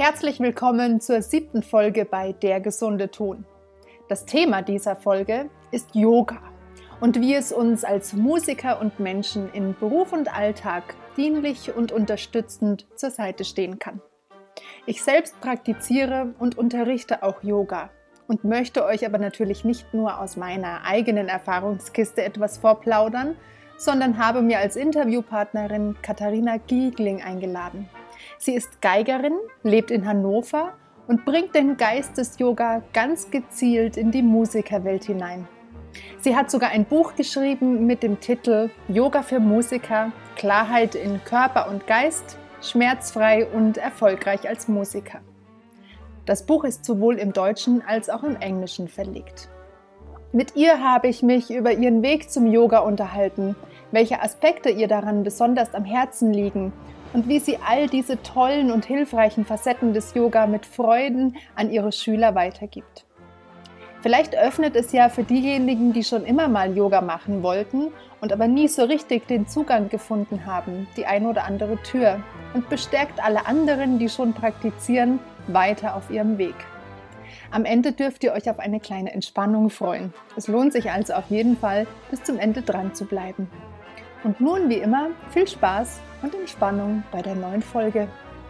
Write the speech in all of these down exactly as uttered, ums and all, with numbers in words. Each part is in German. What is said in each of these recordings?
Herzlich willkommen zur siebten Folge bei Der gesunde Ton. Das Thema dieser Folge ist Yoga und wie es uns als Musiker und Menschen in Beruf und Alltag dienlich und unterstützend zur Seite stehen kann. Ich selbst praktiziere und unterrichte auch Yoga und möchte euch aber natürlich nicht nur aus meiner eigenen Erfahrungskiste etwas vorplaudern, sondern habe mir als Interviewpartnerin Katharina Giegling eingeladen. Sie ist Geigerin, lebt in Hannover und bringt den Geist des Yoga ganz gezielt in die Musikerwelt hinein. Sie hat sogar ein Buch geschrieben mit dem Titel Yoga für Musiker, Klarheit in Körper und Geist, schmerzfrei und erfolgreich als Musiker. Das Buch ist sowohl im Deutschen als auch im Englischen verlegt. Mit ihr habe ich mich über ihren Weg zum Yoga unterhalten, welche Aspekte ihr daran besonders am Herzen liegen und wie sie all diese tollen und hilfreichen Facetten des Yoga mit Freuden an ihre Schüler weitergibt. Vielleicht öffnet es ja für diejenigen, die schon immer mal Yoga machen wollten und aber nie so richtig den Zugang gefunden haben, die ein oder andere Tür und bestärkt alle anderen, die schon praktizieren, weiter auf ihrem Weg. Am Ende dürft ihr euch auf eine kleine Entspannung freuen. Es lohnt sich also auf jeden Fall, bis zum Ende dran zu bleiben. Und nun, wie immer, viel Spaß und Entspannung bei der neuen Folge.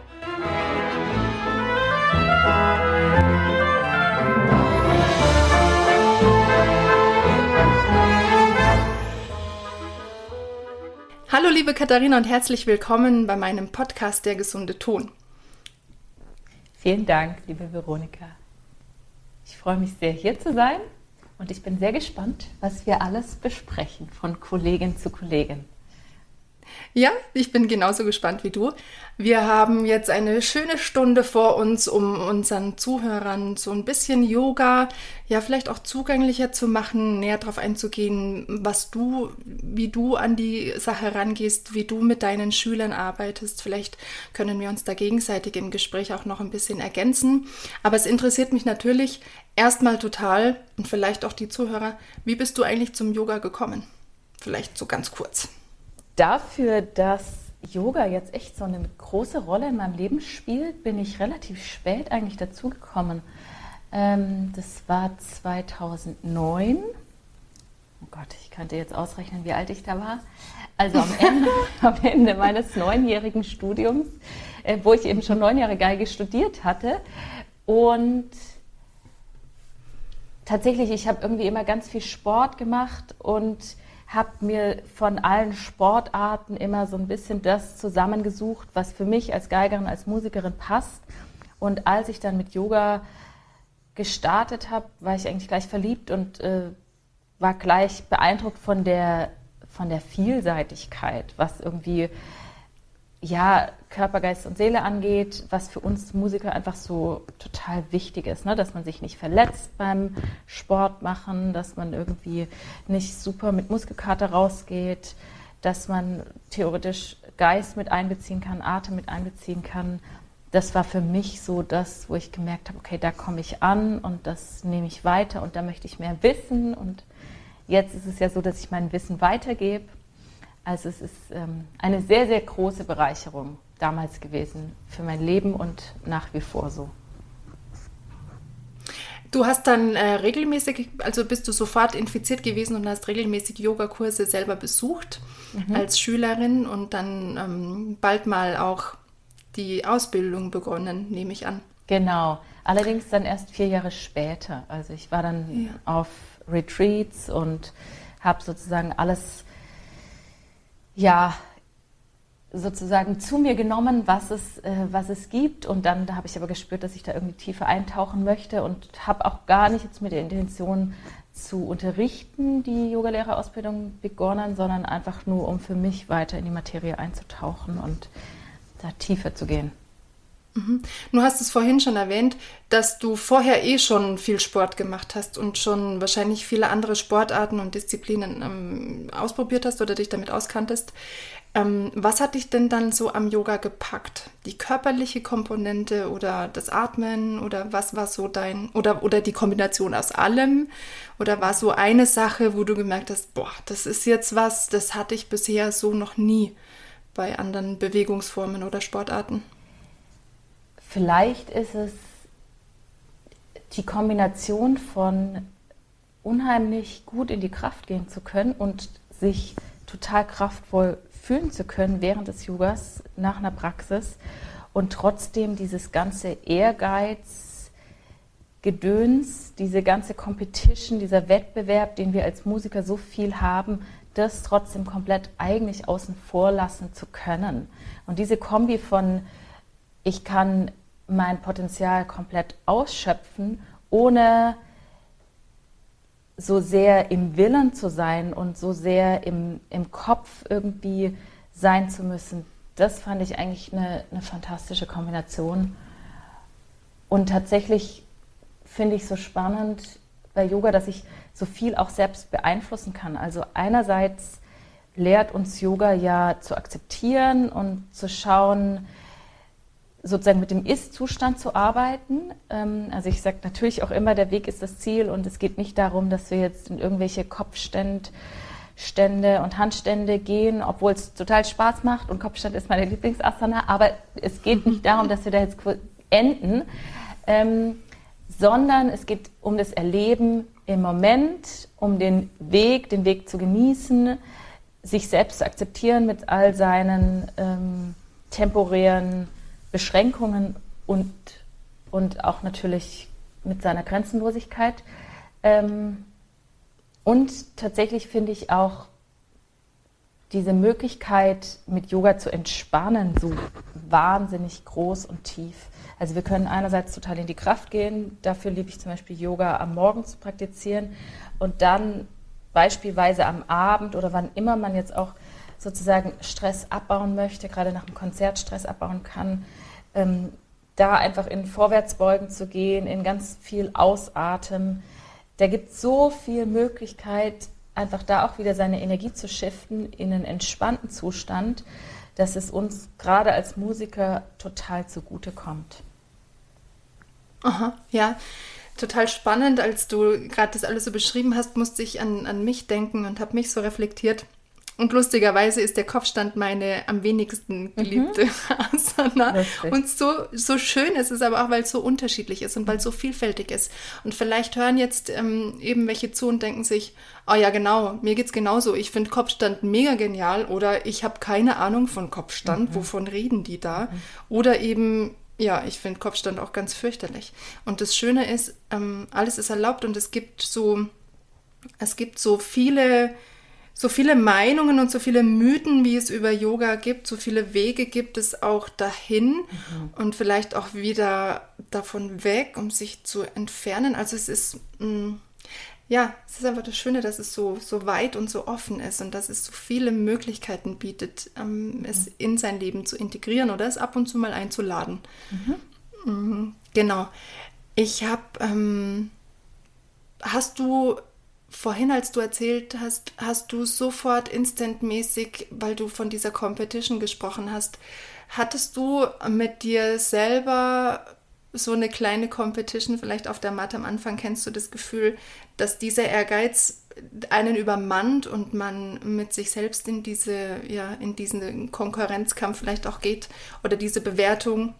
Hallo liebe Katharina und herzlich willkommen bei meinem Podcast Der gesunde Ton. Vielen Dank, liebe Veronika. Ich freue mich sehr, hier zu sein und ich bin sehr gespannt, was wir alles besprechen, von Kollegin zu Kollegin. Ja, ich bin genauso gespannt wie du. Wir haben jetzt eine schöne Stunde vor uns, um unseren Zuhörern so ein bisschen Yoga, ja vielleicht auch zugänglicher zu machen, näher darauf einzugehen, was du, wie du an die Sache rangehst, wie du mit deinen Schülern arbeitest. Vielleicht können wir uns da gegenseitig im Gespräch auch noch ein bisschen ergänzen. Aber es interessiert mich natürlich erstmal total und vielleicht auch die Zuhörer, wie bist du eigentlich zum Yoga gekommen? Vielleicht so ganz kurz. Dafür, dass Yoga jetzt echt so eine große Rolle in meinem Leben spielt, bin ich relativ spät eigentlich dazugekommen. Ähm, das war zweitausendneun. Oh Gott, ich könnte jetzt ausrechnen, wie alt ich da war. Also am Ende, am Ende meines neunjährigen Studiums, äh, wo ich eben schon neun Jahre Geige studiert hatte. Und tatsächlich, ich habe irgendwie immer ganz viel Sport gemacht und habe mir von allen Sportarten immer so ein bisschen das zusammengesucht, was für mich als Geigerin, als Musikerin passt. Und als ich dann mit Yoga gestartet habe, war ich eigentlich gleich verliebt und äh, war gleich beeindruckt von der, von der Vielseitigkeit, was irgendwie ja, Körper, Geist und Seele angeht, was für uns Musiker einfach so total wichtig ist, ne? Dass man sich nicht verletzt beim Sport machen, dass man irgendwie nicht super mit Muskelkater rausgeht, dass man theoretisch Geist mit einbeziehen kann, Atem mit einbeziehen kann. Das war für mich so das, wo ich gemerkt habe, okay, da komme ich an und das nehme ich weiter und da möchte ich mehr wissen. Und jetzt ist es ja so, dass ich mein Wissen weitergebe. Also es ist ähm, eine sehr, sehr große Bereicherung damals gewesen für mein Leben und nach wie vor so. Du hast dann äh, regelmäßig, also bist du sofort infiziert gewesen und hast regelmäßig Yogakurse selber besucht mhm. als Schülerin und dann ähm, bald mal auch die Ausbildung begonnen, nehme ich an. Genau, allerdings dann erst vier Jahre später. Also ich war dann ja. auf Retreats und habe sozusagen alles ja, sozusagen zu mir genommen, was es, äh, was es gibt. Und dann da habe ich aber gespürt, dass ich da irgendwie tiefer eintauchen möchte und habe auch gar nicht jetzt mit der Intention zu unterrichten, die Yogalehrerausbildung begonnen, sondern einfach nur, um für mich weiter in die Materie einzutauchen und da tiefer zu gehen. Mhm. Du hast es vorhin schon erwähnt, dass du vorher eh schon viel Sport gemacht hast und schon wahrscheinlich viele andere Sportarten und Disziplinen ähm, ausprobiert hast oder dich damit auskanntest. Ähm, was hat dich denn dann so am Yoga gepackt? Die körperliche Komponente oder das Atmen oder was war so dein, oder, oder die Kombination aus allem? Oder war so eine Sache, wo du gemerkt hast, boah, das ist jetzt was, das hatte ich bisher so noch nie bei anderen Bewegungsformen oder Sportarten? vielleicht ist es die Kombination von unheimlich gut in die Kraft gehen zu können und sich total kraftvoll fühlen zu können während des Yogas nach einer Praxis und trotzdem dieses ganze Ehrgeiz, Gedöns, diese ganze Competition, dieser Wettbewerb, den wir als Musiker so viel haben, das trotzdem komplett eigentlich außen vor lassen zu können. Und diese Kombi von, ich kann mein Potenzial komplett ausschöpfen, ohne so sehr im Willen zu sein und so sehr im, im Kopf irgendwie sein zu müssen, das fand ich eigentlich eine, eine fantastische Kombination. Und tatsächlich finde ich so spannend bei Yoga, dass ich so viel auch selbst beeinflussen kann. Also einerseits lehrt uns Yoga ja zu akzeptieren und zu schauen, sozusagen mit dem Ist-Zustand zu arbeiten. Also ich sage natürlich auch immer, der Weg ist das Ziel und es geht nicht darum, dass wir jetzt in irgendwelche Kopfstände Stände und Handstände gehen, obwohl es total Spaß macht und Kopfstand ist meine Lieblingsasana, aber es geht nicht darum, dass wir da jetzt enden, ähm, sondern es geht um das Erleben im Moment, um den Weg, den Weg zu genießen, sich selbst zu akzeptieren mit all seinen ähm, temporären Beschränkungen und, und auch natürlich mit seiner Grenzenlosigkeit. Ähm, und tatsächlich finde ich auch diese Möglichkeit, mit Yoga zu entspannen, so wahnsinnig groß und tief. Also wir können einerseits total in die Kraft gehen, dafür liebe ich zum Beispiel Yoga am Morgen zu praktizieren und dann beispielsweise am Abend oder wann immer man jetzt auch sozusagen Stress abbauen möchte, gerade nach dem Konzert Stress abbauen kann, ähm, da einfach in Vorwärtsbeugen zu gehen, in ganz viel Ausatmen. Da gibt es so viel Möglichkeit, einfach da auch wieder seine Energie zu shiften in einen entspannten Zustand, dass es uns gerade als Musiker total zugutekommt. Aha, ja, total spannend. Als du gerade das alles so beschrieben hast, musste ich an, an mich denken und habe mich so reflektiert. Und lustigerweise ist der Kopfstand meine am wenigsten geliebte mhm. Asana. Lustig. Und so, so schön ist es aber auch, weil es so unterschiedlich ist und weil es so vielfältig ist. Und vielleicht hören jetzt ähm, eben welche zu und denken sich, oh ja genau, mir geht's genauso. Ich finde Kopfstand mega genial oder ich habe keine Ahnung von Kopfstand. Mhm. Wovon reden die da? Mhm. Oder eben, ja, ich finde Kopfstand auch ganz fürchterlich. Und das Schöne ist, ähm, alles ist erlaubt und es gibt so, es gibt so viele... So viele Meinungen und so viele Mythen, wie es über Yoga gibt, so viele Wege gibt es auch dahin mhm. und vielleicht auch wieder davon weg, um sich zu entfernen. Also es ist, mh, ja, es ist einfach das Schöne, dass es so, so weit und so offen ist und dass es so viele Möglichkeiten bietet, ähm, mhm. es in sein Leben zu integrieren oder es ab und zu mal einzuladen. Mhm. Mhm, genau. Ich habe, ähm, hast du... Vorhin, als du erzählt hast, hast du sofort instantmäßig, weil du von dieser Competition gesprochen hast, hattest du mit dir selber so eine kleine Competition vielleicht auf der Matte am Anfang? Kennst du das Gefühl, dass dieser Ehrgeiz einen übermannt und man mit sich selbst in diese, ja, in diesen Konkurrenzkampf vielleicht auch geht oder diese Bewertung?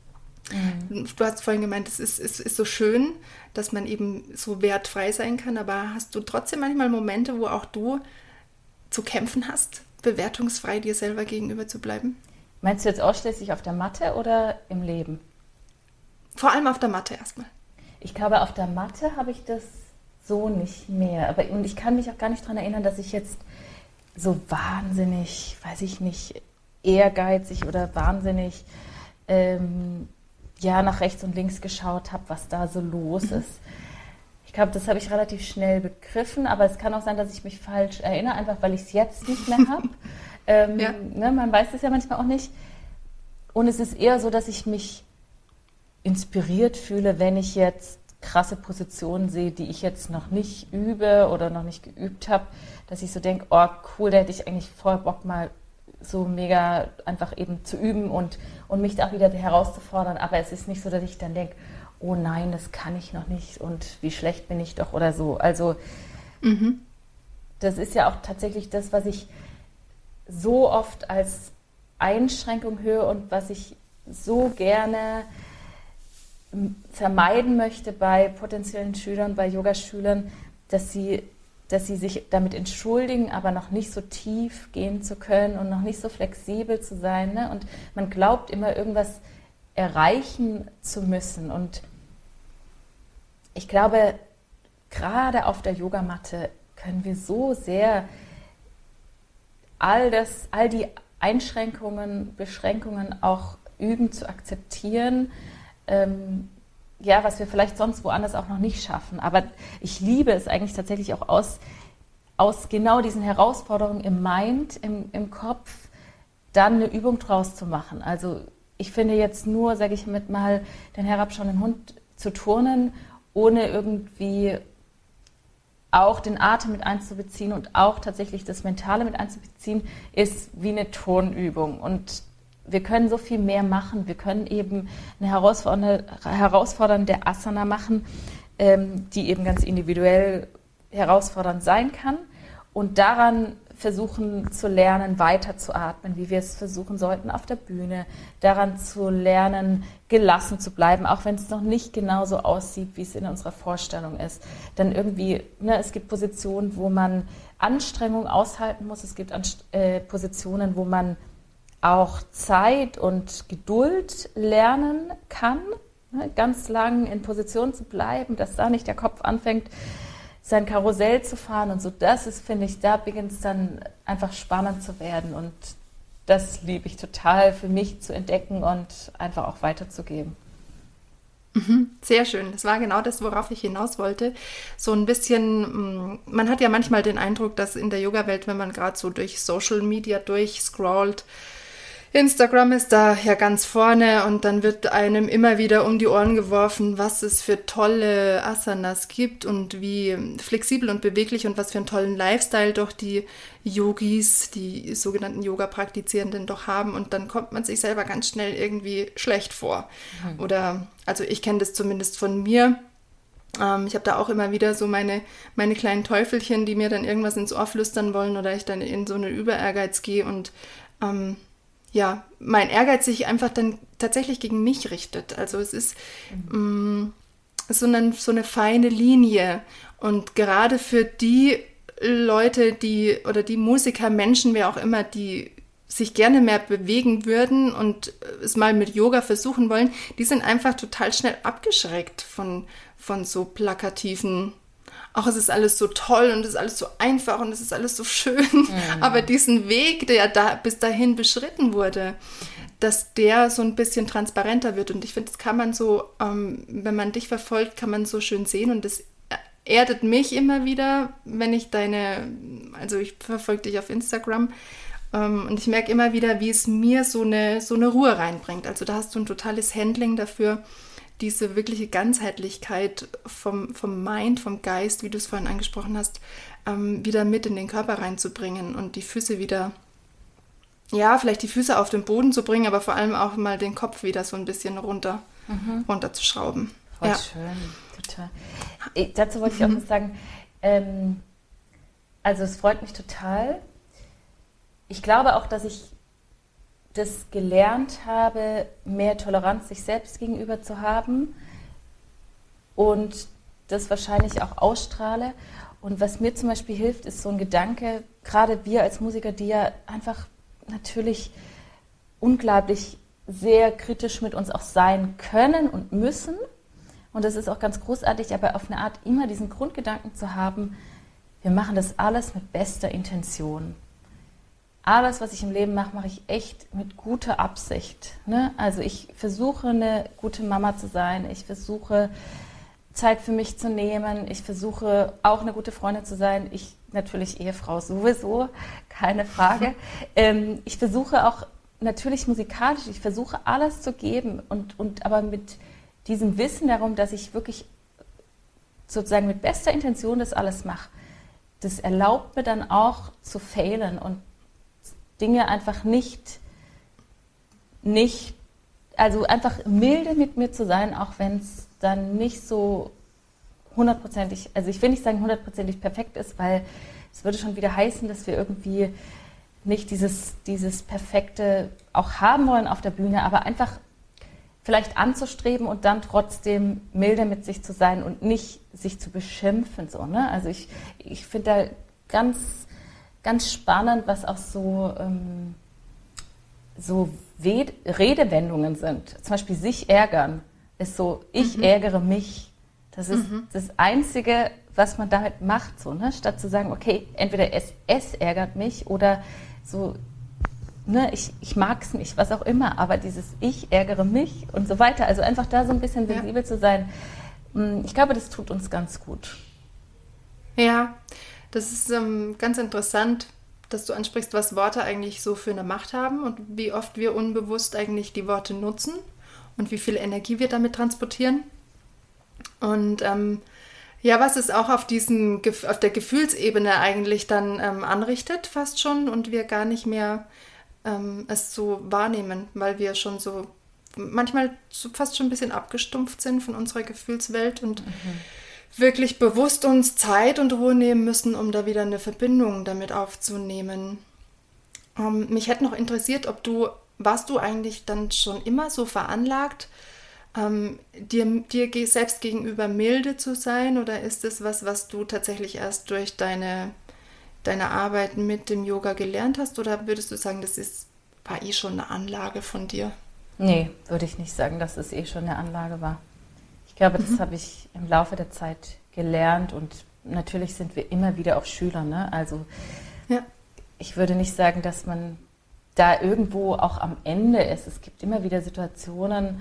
Mhm. Du hast vorhin gemeint, es ist, ist, ist so schön, dass man eben so wertfrei sein kann, aber hast du trotzdem manchmal Momente, wo auch du zu kämpfen hast, bewertungsfrei dir selber gegenüber zu bleiben? Meinst du jetzt ausschließlich auf der Matte oder im Leben? Vor allem auf der Matte erstmal. Ich glaube, auf der Matte habe ich das so nicht mehr. Aber, und ich kann mich auch gar nicht daran erinnern, dass ich jetzt so wahnsinnig, weiß ich nicht, ehrgeizig oder wahnsinnig... Ähm, ja, nach rechts und links geschaut habe, was da so los mhm. ist. Ich glaube, das habe ich relativ schnell begriffen, aber es kann auch sein, dass ich mich falsch erinnere, einfach weil ich es jetzt nicht mehr habe. ähm, ja. ne, man weiß es ja manchmal auch nicht. Und es ist eher so, dass ich mich inspiriert fühle, wenn ich jetzt krasse Positionen sehe, die ich jetzt noch nicht übe oder noch nicht geübt habe, dass ich so denke, oh cool, da hätte ich eigentlich voll Bock mal so mega einfach eben zu üben und, und mich da auch wieder herauszufordern. Aber es ist nicht so, dass ich dann denke, oh nein, das kann ich noch nicht und wie schlecht bin ich doch oder so. Also mhm. das ist ja auch tatsächlich das, was ich so oft als Einschränkung höre und was ich so gerne vermeiden möchte bei potenziellen Schülern, bei Yogaschülern, dass sie, dass sie sich damit entschuldigen, aber noch nicht so tief gehen zu können und noch nicht so flexibel zu sein. Ne? Und man glaubt immer, irgendwas erreichen zu müssen. Und ich glaube, gerade auf der Yogamatte können wir so sehr all das, all die Einschränkungen, Beschränkungen auch üben zu akzeptieren, ähm, ja, was wir vielleicht sonst woanders auch noch nicht schaffen. Aber ich liebe es eigentlich tatsächlich auch aus, aus genau diesen Herausforderungen im Mind, im, im Kopf, dann eine Übung draus zu machen. Also ich finde jetzt nur, sage ich mit mal, den herabschauenden Hund zu turnen, ohne irgendwie auch den Atem mit einzubeziehen und auch tatsächlich das Mentale mit einzubeziehen, ist wie eine Turnübung. Und wir können so viel mehr machen. Wir können eben eine herausfordernde, herausfordernde Asana machen, ähm, die eben ganz individuell herausfordernd sein kann. Und daran versuchen zu lernen, weiter zu atmen, wie wir es versuchen sollten auf der Bühne. Daran zu lernen, gelassen zu bleiben, auch wenn es noch nicht genauso aussieht, wie es in unserer Vorstellung ist. Dann irgendwie, ne, es gibt Positionen, wo man Anstrengung aushalten muss. Es gibt Anst- äh, Positionen, wo man auch Zeit und Geduld lernen kann, ne, ganz lang in Position zu bleiben, dass da nicht der Kopf anfängt, sein Karussell zu fahren und so. Das ist, finde ich, da beginnt es dann einfach spannend zu werden und das liebe ich total für mich zu entdecken und einfach auch weiterzugeben. Sehr schön. Das war genau das, worauf ich hinaus wollte. So ein bisschen, man hat ja manchmal den Eindruck, dass in der Yoga-Welt, wenn man gerade so durch Social Media durchscrollt, Instagram ist da ja ganz vorne und dann wird einem immer wieder um die Ohren geworfen, was es für tolle Asanas gibt und wie flexibel und beweglich und was für einen tollen Lifestyle doch die Yogis, die sogenannten Yoga-Praktizierenden doch haben und dann kommt man sich selber ganz schnell irgendwie schlecht vor. Mhm. Oder, also ich kenne das zumindest von mir. Ähm, ich habe da auch immer wieder so meine, meine kleinen Teufelchen, die mir dann irgendwas ins Ohr flüstern wollen oder ich dann in so einen Überehrgeiz gehe und ähm, ja, mein Ehrgeiz sich einfach dann tatsächlich gegen mich richtet. Also es ist mhm. mh, so, eine, so eine feine Linie. Und gerade für die Leute, die oder die Musiker, Menschen, wer auch immer, die sich gerne mehr bewegen würden und es mal mit Yoga versuchen wollen, die sind einfach total schnell abgeschreckt von, von so plakativen, ach, es ist alles so toll und es ist alles so einfach und es ist alles so schön. Mhm. Aber diesen Weg, der da bis dahin beschritten wurde, dass der so ein bisschen transparenter wird. Und ich finde, das kann man so, ähm, wenn man dich verfolgt, kann man so schön sehen. Und das erdet mich immer wieder, wenn ich deine, also ich verfolge dich auf Instagram ähm, und ich merke immer wieder, wie es mir so eine, so eine Ruhe reinbringt. Also da hast du ein totales Handling dafür, diese wirkliche Ganzheitlichkeit vom, vom Mind, vom Geist, wie du es vorhin angesprochen hast, ähm, wieder mit in den Körper reinzubringen und die Füße wieder, ja, vielleicht die Füße auf den Boden zu bringen, aber vor allem auch mal den Kopf wieder so ein bisschen runter, mhm. runterzuschrauben. Voll ja. schön, total. Ich, dazu wollte ich auch noch sagen, ähm, also es freut mich total. Ich glaube auch, dass ich das gelernt habe, mehr Toleranz sich selbst gegenüber zu haben und das wahrscheinlich auch ausstrahle. Und was mir zum Beispiel hilft, ist so ein Gedanke, gerade wir als Musiker, die ja einfach natürlich unglaublich sehr kritisch mit uns auch sein können und müssen. Und das ist auch ganz großartig, aber auf eine Art immer diesen Grundgedanken zu haben, wir machen das alles mit bester Intention. Alles, was ich im Leben mache, mache ich echt mit guter Absicht. Ne? Also ich versuche, eine gute Mama zu sein. Ich versuche, Zeit für mich zu nehmen. Ich versuche, auch eine gute Freundin zu sein. Ich natürlich Ehefrau sowieso, keine Frage. Ähm, ich versuche auch natürlich musikalisch, ich versuche alles zu geben. Und, und aber mit diesem Wissen darum, dass ich wirklich sozusagen mit bester Intention das alles mache. Das erlaubt mir dann auch zu failen und Dinge einfach nicht, nicht, also einfach milde mit mir zu sein, auch wenn es dann nicht so hundertprozentig, also ich will nicht sagen hundertprozentig perfekt ist, weil es würde schon wieder heißen, dass wir irgendwie nicht dieses, dieses Perfekte auch haben wollen auf der Bühne, aber einfach vielleicht anzustreben und dann trotzdem milde mit sich zu sein und nicht sich zu beschimpfen. So, ne? Also ich, ich finde da ganz, ganz spannend, was auch so, ähm, so Wed- Redewendungen sind. Zum Beispiel sich ärgern ist so, ich mhm. ärgere mich. Das ist mhm. das Einzige, was man damit macht, so, ne? Statt zu sagen, okay, entweder es, es ärgert mich oder so, ne, ich, ich mag es nicht, was auch immer, aber dieses ich ärgere mich und so weiter, also einfach da so ein bisschen sensibel ja. zu sein, ich glaube, das tut uns ganz gut. Ja, das ist ähm, ganz interessant, dass du ansprichst, was Worte eigentlich so für eine Macht haben und wie oft wir unbewusst eigentlich die Worte nutzen und wie viel Energie wir damit transportieren. Und ähm, ja, was es auch auf diesen, auf der Gefühlsebene eigentlich dann ähm, anrichtet, fast schon, und wir gar nicht mehr ähm, es so wahrnehmen, weil wir schon so manchmal so fast schon ein bisschen abgestumpft sind von unserer Gefühlswelt und mhm. wirklich bewusst uns Zeit und Ruhe nehmen müssen, um da wieder eine Verbindung damit aufzunehmen. Ähm, mich hätte noch interessiert, ob du, warst du eigentlich dann schon immer so veranlagt, Ähm, dir, dir selbst gegenüber milde zu sein, oder ist es was, was du tatsächlich erst durch deine, deine Arbeit mit dem Yoga gelernt hast, oder würdest du sagen, das ist, war eh schon eine Anlage von dir? Nee, würde ich nicht sagen, dass es eh schon eine Anlage war. Ich glaube, das mhm. habe ich im Laufe der Zeit gelernt, und natürlich sind wir immer wieder auch Schüler, ne? Also ja. ich würde nicht sagen, dass man da irgendwo auch am Ende ist. Es gibt immer wieder Situationen,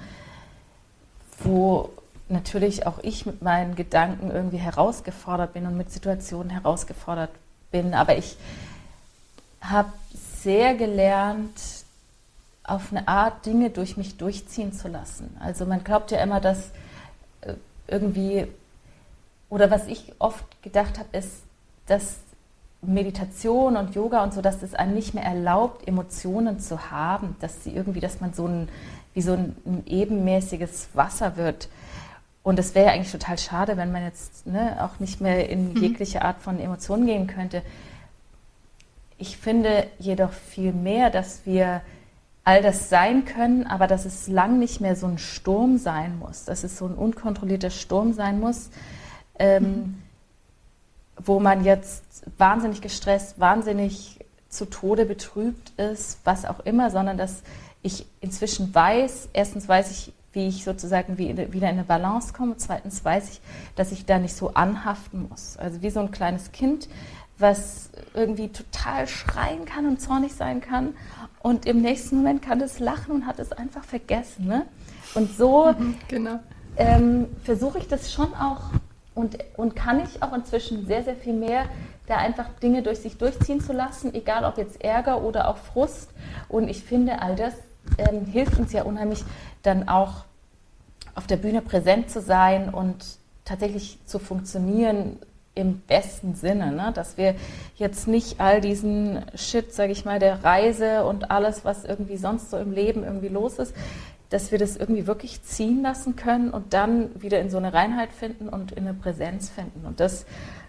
wo natürlich auch ich mit meinen Gedanken irgendwie herausgefordert bin und mit Situationen herausgefordert bin. Aber ich habe sehr gelernt, auf eine Art Dinge durch mich durchziehen zu lassen. Also man glaubt ja immer, dass irgendwie, oder was ich oft gedacht habe, ist, dass Meditation und Yoga und so, dass es einem nicht mehr erlaubt, Emotionen zu haben, dass sie irgendwie, dass man so ein wie so ein, ein ebenmäßiges Wasser wird. Und es wäre ja eigentlich total schade, wenn man jetzt ne, auch nicht mehr in jegliche Art von Emotionen gehen könnte. Ich finde jedoch viel mehr, dass wir all das sein können, aber dass es lang nicht mehr so ein Sturm sein muss, dass es so ein unkontrollierter Sturm sein muss, ähm, mhm. wo man jetzt wahnsinnig gestresst, wahnsinnig zu Tode betrübt ist, was auch immer, sondern dass ich inzwischen weiß, erstens weiß ich, wie ich sozusagen wieder in eine Balance komme, zweitens weiß ich, dass ich da nicht so anhaften muss. Also wie so ein kleines Kind, was irgendwie total schreien kann und zornig sein kann, und im nächsten Moment kann es lachen und hat es einfach vergessen. Ne? Und so genau. ähm, versuche ich das schon auch, und, und kann ich auch inzwischen sehr, sehr viel mehr, da einfach Dinge durch sich durchziehen zu lassen, egal ob jetzt Ärger oder auch Frust. Und ich finde, all das ähm, hilft uns ja unheimlich, dann auch auf der Bühne präsent zu sein und tatsächlich zu funktionieren im besten Sinne, ne? Dass wir jetzt nicht all diesen Shit, sage ich mal, der Reise und alles, was irgendwie sonst so im Leben irgendwie los ist, dass wir das irgendwie wirklich ziehen lassen können und dann wieder in so eine Reinheit finden und in eine Präsenz finden. Und das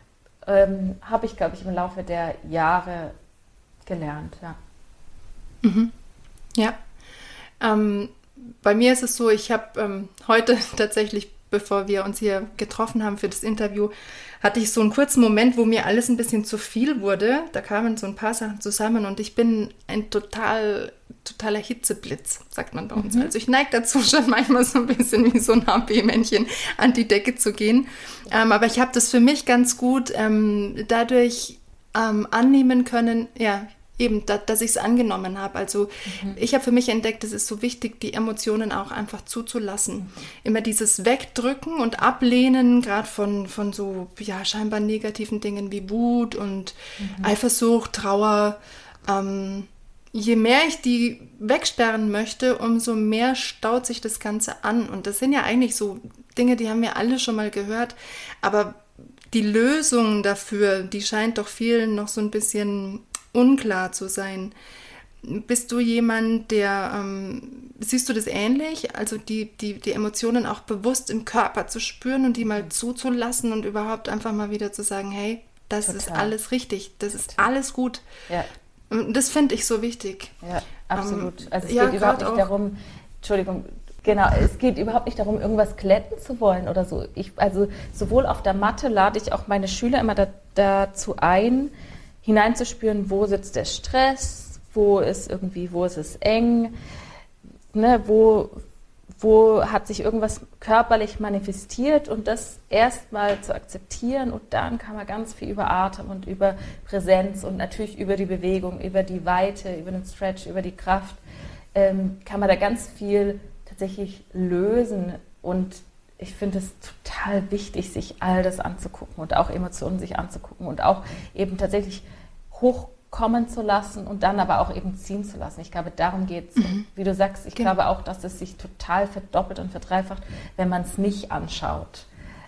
ähm, habe ich, glaube ich, im Laufe der Jahre gelernt. Ja. Mhm. Ja. Ähm, bei mir ist es so, ich habe ähm, heute tatsächlich, bevor wir uns hier getroffen haben für das Interview, hatte ich so einen kurzen Moment, wo mir alles ein bisschen zu viel wurde. Da kamen so ein paar Sachen zusammen und ich bin ein total, totaler Hitzeblitz, sagt man bei uns. Mhm. Also ich neige dazu schon manchmal so ein bisschen wie so ein H P-Männchen an die Decke zu gehen. Ähm, aber ich habe das für mich ganz gut ähm, dadurch ähm, annehmen können, ja, eben, da, dass ich es angenommen habe. Also mhm. ich habe für mich entdeckt, es ist so wichtig, die Emotionen auch einfach zuzulassen. Mhm. Immer dieses Wegdrücken und Ablehnen, gerade von, von so ja, scheinbar negativen Dingen wie Wut und mhm. Eifersucht, Trauer. Ähm, je mehr ich die wegsperren möchte, umso mehr staut sich das Ganze an. Und das sind ja eigentlich so Dinge, die haben wir alle schon mal gehört. Aber die Lösung dafür, die scheint doch vielen noch so ein bisschen unklar zu sein. Bist du jemand, der, ähm, siehst du das ähnlich? Also die, die, die Emotionen auch bewusst im Körper zu spüren und die mal zuzulassen und überhaupt einfach mal wieder zu sagen, hey, das Total. Ist alles richtig, das ist alles gut. Ja. Das finde ich so wichtig. Ja, absolut. Also es ja, geht überhaupt nicht auch darum, Entschuldigung, Genau, es geht überhaupt nicht darum, irgendwas glätten zu wollen oder so. Ich, also sowohl auf der Matte lade ich auch meine Schüler immer da, dazu ein, hineinzuspüren, wo sitzt der Stress, wo ist irgendwie, wo ist es eng, ne, wo, wo hat sich irgendwas körperlich manifestiert und das erstmal zu akzeptieren und dann kann man ganz viel über Atem und über Präsenz und natürlich über die Bewegung, über die Weite, über den Stretch, über die Kraft, ähm, kann man da ganz viel tatsächlich lösen und ich finde es total wichtig, sich all das anzugucken und auch Emotionen sich anzugucken und auch eben tatsächlich hochkommen zu lassen und dann aber auch eben ziehen zu lassen. Ich glaube, darum geht es. Mhm. Wie du sagst, ich genau. glaube auch, dass es sich total verdoppelt und verdreifacht, wenn man es nicht anschaut.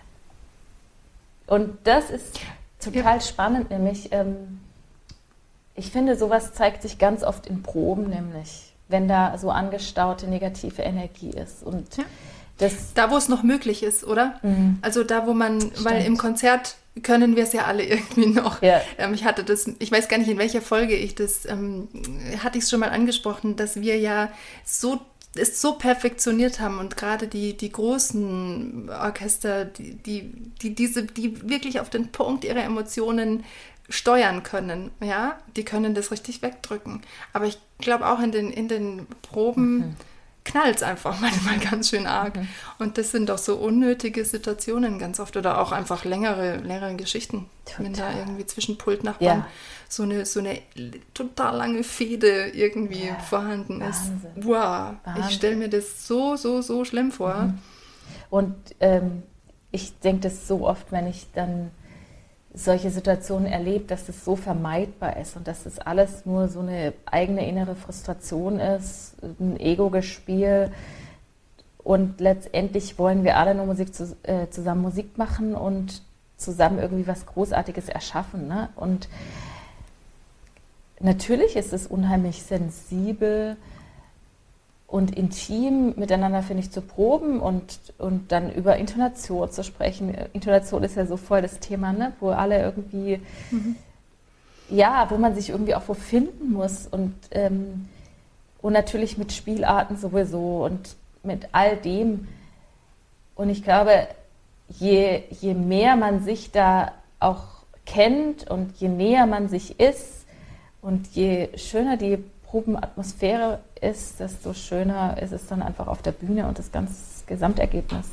Und das ist total ja. spannend, nämlich ähm, ich finde, sowas zeigt sich ganz oft in Proben, nämlich wenn da so angestaute negative Energie ist. Und ja. das da, wo es noch möglich ist, oder? Mhm. Also da, wo man, Stimmt. weil im Konzert können wir es ja alle irgendwie noch. Ja. Ähm, ich hatte das, ich weiß gar nicht, in welcher Folge ich das, ähm, hatte ich es schon mal angesprochen, dass wir ja so es so perfektioniert haben und gerade die, die großen Orchester, die, die, die, diese, die wirklich auf den Punkt ihrer Emotionen steuern können, ja, die können das richtig wegdrücken. Aber ich glaube auch in den, in den Proben mhm. knallt es einfach manchmal ganz schön arg. Mhm. Und das sind doch so unnötige Situationen ganz oft oder auch einfach längere, längere Geschichten. Total. Wenn da irgendwie zwischen Pultnachbarn ja. so, eine, so eine total lange Fehde irgendwie ja. vorhanden Wahnsinn. ist. Wow, Wahnsinn. Ich stelle mir das so, so, so schlimm vor. Mhm. Und ähm, ich denke das so oft, wenn ich dann solche Situationen erlebt, dass das so vermeidbar ist und dass das alles nur so eine eigene innere Frustration ist, ein Ego-Gespiel und letztendlich wollen wir alle nur Musik zu, äh, zusammen Musik machen und zusammen irgendwie was Großartiges erschaffen, ne? Und natürlich ist es unheimlich sensibel und intim miteinander, finde ich, zu proben und, und dann über Intonation zu sprechen. Intonation ist ja so voll das Thema, ne? Wo alle irgendwie, mhm. ja, wo man sich irgendwie auch wo finden muss und, ähm, und natürlich mit Spielarten sowieso und mit all dem. Und ich glaube, je, je mehr man sich da auch kennt und je näher man sich ist und je schöner die Probenatmosphäre ist, desto schöner ist es dann einfach auf der Bühne und das ganze Gesamtergebnis.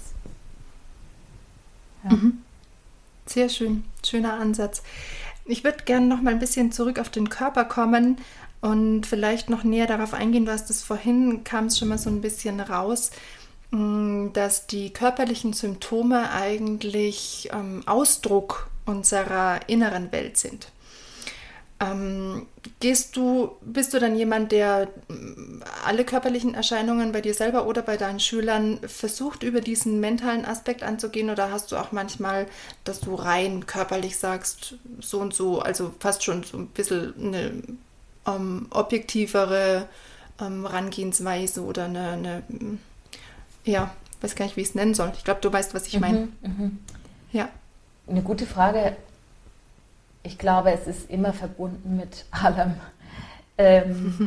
Ja. Mhm. Sehr schön, schöner Ansatz. Ich würde gerne noch mal ein bisschen zurück auf den Körper kommen und vielleicht noch näher darauf eingehen, du hast es vorhin, kam es schon mal so ein bisschen raus, dass die körperlichen Symptome eigentlich ähm, Ausdruck unserer inneren Welt sind. Ähm, gehst du, bist du dann jemand, der alle körperlichen Erscheinungen bei dir selber oder bei deinen Schülern versucht, über diesen mentalen Aspekt anzugehen oder hast du auch manchmal, dass du rein körperlich sagst, so und so, also fast schon so ein bisschen eine ähm, objektivere ähm, Herangehensweise oder eine, eine, ja, weiß gar nicht, wie ich es nennen soll. Ich glaube, du weißt, was ich meine. Mhm, mh. Ja. Eine gute Frage. Ich glaube, es ist immer verbunden mit allem. Ähm,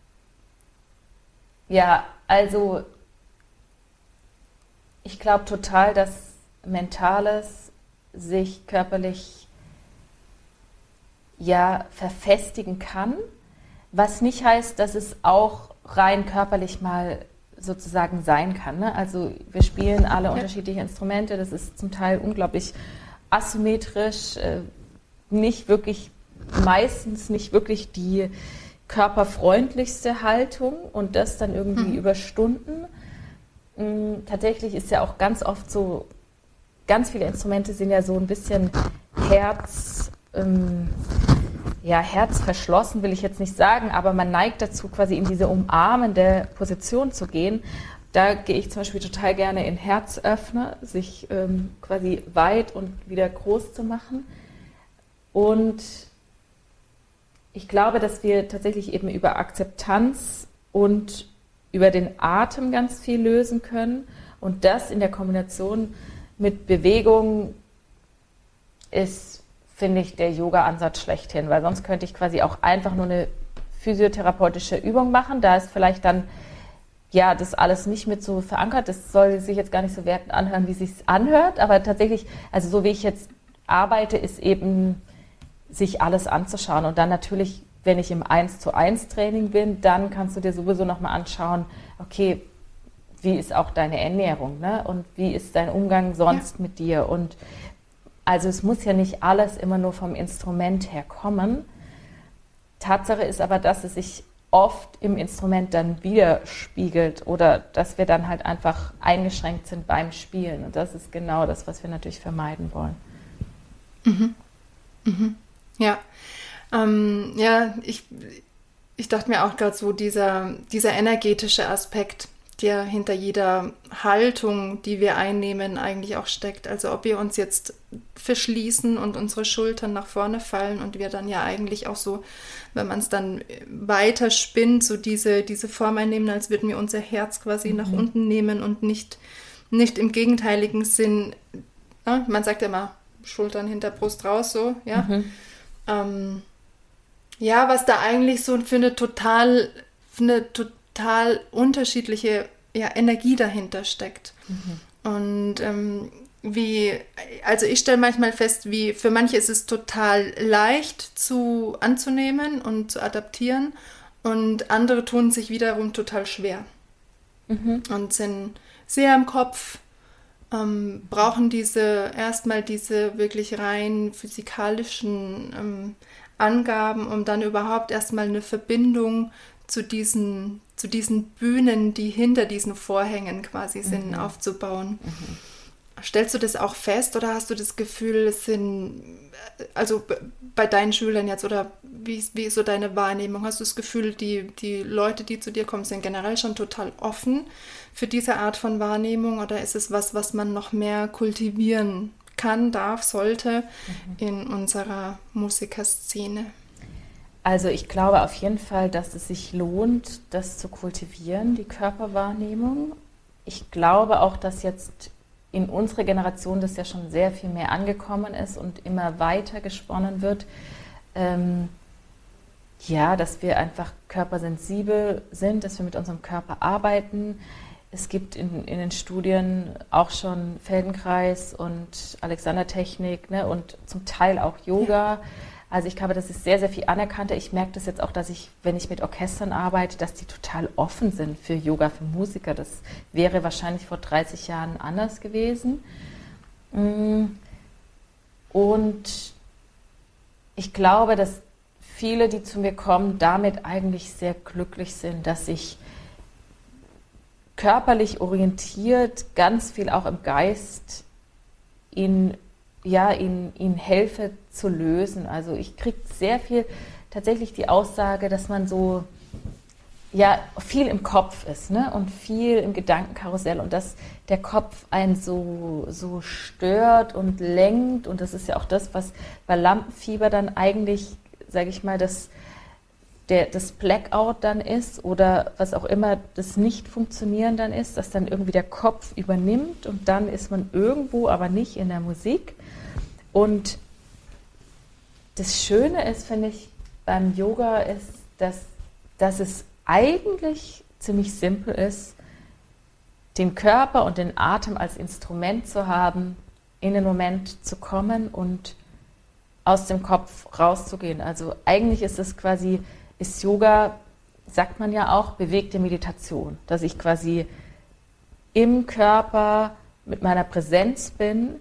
ja, also ich glaube total, dass Mentales sich körperlich ja verfestigen kann, was nicht heißt, dass es auch rein körperlich mal sozusagen sein kann. Ne? Also wir spielen alle ja. unterschiedliche Instrumente, das ist zum Teil unglaublich asymmetrisch, äh, nicht wirklich, meistens nicht wirklich die körperfreundlichste Haltung und das dann irgendwie mhm. über Stunden. Mhm, tatsächlich ist ja auch ganz oft so, ganz viele Instrumente sind ja so ein bisschen Herz, ähm, ja, herzverschlossen will ich jetzt nicht sagen, aber man neigt dazu, quasi in diese umarmende Position zu gehen. Da gehe ich zum Beispiel total gerne in Herzöffner, sich ähm, quasi weit und wieder groß zu machen. Und ich glaube, dass wir tatsächlich eben über Akzeptanz und über den Atem ganz viel lösen können. Und das in der Kombination mit Bewegung ist, finde ich, der Yoga-Ansatz schlechthin. Weil sonst könnte ich quasi auch einfach nur eine physiotherapeutische Übung machen. Da ist vielleicht dann ja, das alles nicht mit so verankert. Das soll sich jetzt gar nicht so wertend anhören, wie es sich anhört. Aber tatsächlich, also so wie ich jetzt arbeite, ist eben, sich alles anzuschauen. Und dann natürlich, wenn ich im eins zu eins Training bin, dann kannst du dir sowieso nochmal anschauen, okay, wie ist auch deine Ernährung, ne? Und wie ist dein Umgang sonst ja. mit dir? Und also es muss ja nicht alles immer nur vom Instrument her kommen. Tatsache ist aber, dass es sich oft im Instrument dann widerspiegelt oder dass wir dann halt einfach eingeschränkt sind beim Spielen. Und das ist genau das, was wir natürlich vermeiden wollen. Mhm. Mhm. Ja, ähm, ja, ich, ich dachte mir auch gerade so, dieser, dieser energetische Aspekt, der hinter jeder Haltung, die wir einnehmen, eigentlich auch steckt. Also ob wir uns jetzt verschließen und unsere Schultern nach vorne fallen und wir dann ja eigentlich auch so, wenn man es dann weiter spinnt, so diese, diese Form einnehmen, als würden wir unser Herz quasi mhm. nach unten nehmen und nicht, nicht im gegenteiligen Sinn, ja, man sagt ja immer, Schultern hinter Brust raus, so, ja. Mhm. Ähm, ja, was da eigentlich so für eine total, für eine total unterschiedliche ja, Energie dahinter steckt. Mhm. Und ähm, wie, also ich stelle manchmal fest, wie für manche ist es total leicht zu anzunehmen und zu adaptieren und andere tun sich wiederum total schwer mhm. und sind sehr im Kopf, ähm, brauchen diese erstmal diese wirklich rein physikalischen ähm, Angaben, um dann überhaupt erstmal eine Verbindung zu diesen, zu diesen Bühnen, die hinter diesen Vorhängen quasi sind, mhm. aufzubauen. Mhm. Stellst du das auch fest oder hast du das Gefühl, es sind, also bei deinen Schülern jetzt, oder wie, wie ist so deine Wahrnehmung? Hast du das Gefühl, die, die Leute, die zu dir kommen, sind generell schon total offen für diese Art von Wahrnehmung, oder ist es was, was man noch mehr kultivieren kann, darf, sollte mhm. in unserer Musikerszene? Also ich glaube auf jeden Fall, dass es sich lohnt, das zu kultivieren, die Körperwahrnehmung. Ich glaube auch, dass jetzt in unserer Generation das ja schon sehr viel mehr angekommen ist und immer weiter gesponnen wird. Ähm, ja, dass wir einfach körpersensibel sind, dass wir mit unserem Körper arbeiten. Es gibt in, in den Studien auch schon Feldenkreis und Alexander-Technik, ne, und zum Teil auch Yoga. Also ich glaube, das ist sehr, sehr viel anerkannter. Ich merke das jetzt auch, dass ich, wenn ich mit Orchestern arbeite, dass die total offen sind für Yoga, für Musiker. Das wäre wahrscheinlich vor dreißig Jahren anders gewesen. Und ich glaube, dass viele, die zu mir kommen, damit eigentlich sehr glücklich sind, dass ich körperlich orientiert, ganz viel auch im Geist, ihnen, ja, ihnen, ihnen helfe zu lösen. Also ich kriege sehr viel tatsächlich die Aussage, dass man so ja viel im Kopf ist, ne? Und viel im Gedankenkarussell und dass der Kopf einen so, so stört und lenkt. Und das ist ja auch das, was bei Lampenfieber dann eigentlich, sage ich mal, das Der, das Blackout dann ist oder was auch immer das Nicht-Funktionieren dann ist, dass dann irgendwie der Kopf übernimmt und dann ist man irgendwo, aber nicht in der Musik. Und das Schöne ist, finde ich, beim Yoga ist, dass, dass es eigentlich ziemlich simpel ist, den Körper und den Atem als Instrument zu haben, in den Moment zu kommen und aus dem Kopf rauszugehen. Also eigentlich ist es quasi ist Yoga, sagt man ja auch, bewegte Meditation, dass ich quasi im Körper mit meiner Präsenz bin,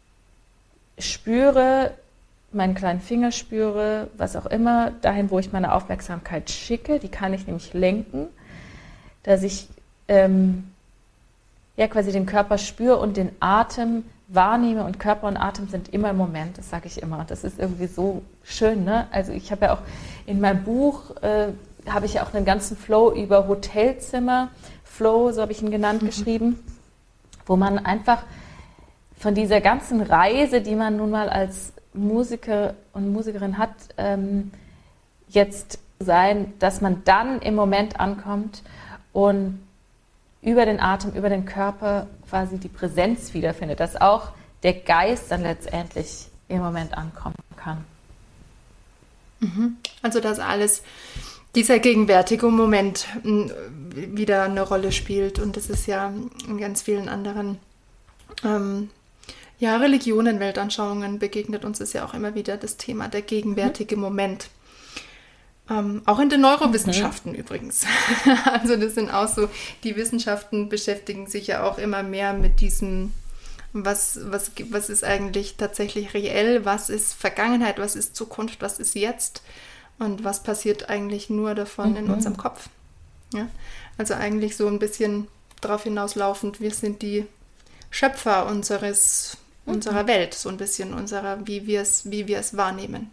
spüre, meinen kleinen Finger spüre, was auch immer, dahin, wo ich meine Aufmerksamkeit schicke, die kann ich nämlich lenken, dass ich ähm, ja quasi den Körper spüre und den Atem wahrnehme, und Körper und Atem sind immer im Moment, das sage ich immer. Das ist irgendwie so schön, ne? Also ich habe ja auch in meinem Buch, äh, habe ich ja auch einen ganzen Flow über Hotelzimmer, Flow, so habe ich ihn genannt, mhm. geschrieben, wo man einfach von dieser ganzen Reise, die man nun mal als Musiker und Musikerin hat, ähm, jetzt sein, dass man dann im Moment ankommt und über den Atem, über den Körper quasi die Präsenz wiederfindet, dass auch der Geist dann letztendlich im Moment ankommen kann. Also dass alles, dieser gegenwärtige Moment, wieder eine Rolle spielt. Und das ist ja in ganz vielen anderen ähm, ja, Religionen, Weltanschauungen begegnet uns es ja auch immer wieder das Thema der gegenwärtige Moment. Ähm, auch in den Neurowissenschaften mhm. übrigens. Also das sind auch so, die Wissenschaften beschäftigen sich ja auch immer mehr mit diesem, was, was, was ist eigentlich tatsächlich reell, was ist Vergangenheit, was ist Zukunft, was ist jetzt und was passiert eigentlich nur davon mhm. in unserem Kopf. Ja? Also eigentlich so ein bisschen darauf hinauslaufend, wir sind die Schöpfer unseres unserer Welt, so ein bisschen unserer, wie wir es, wie wir es wahrnehmen.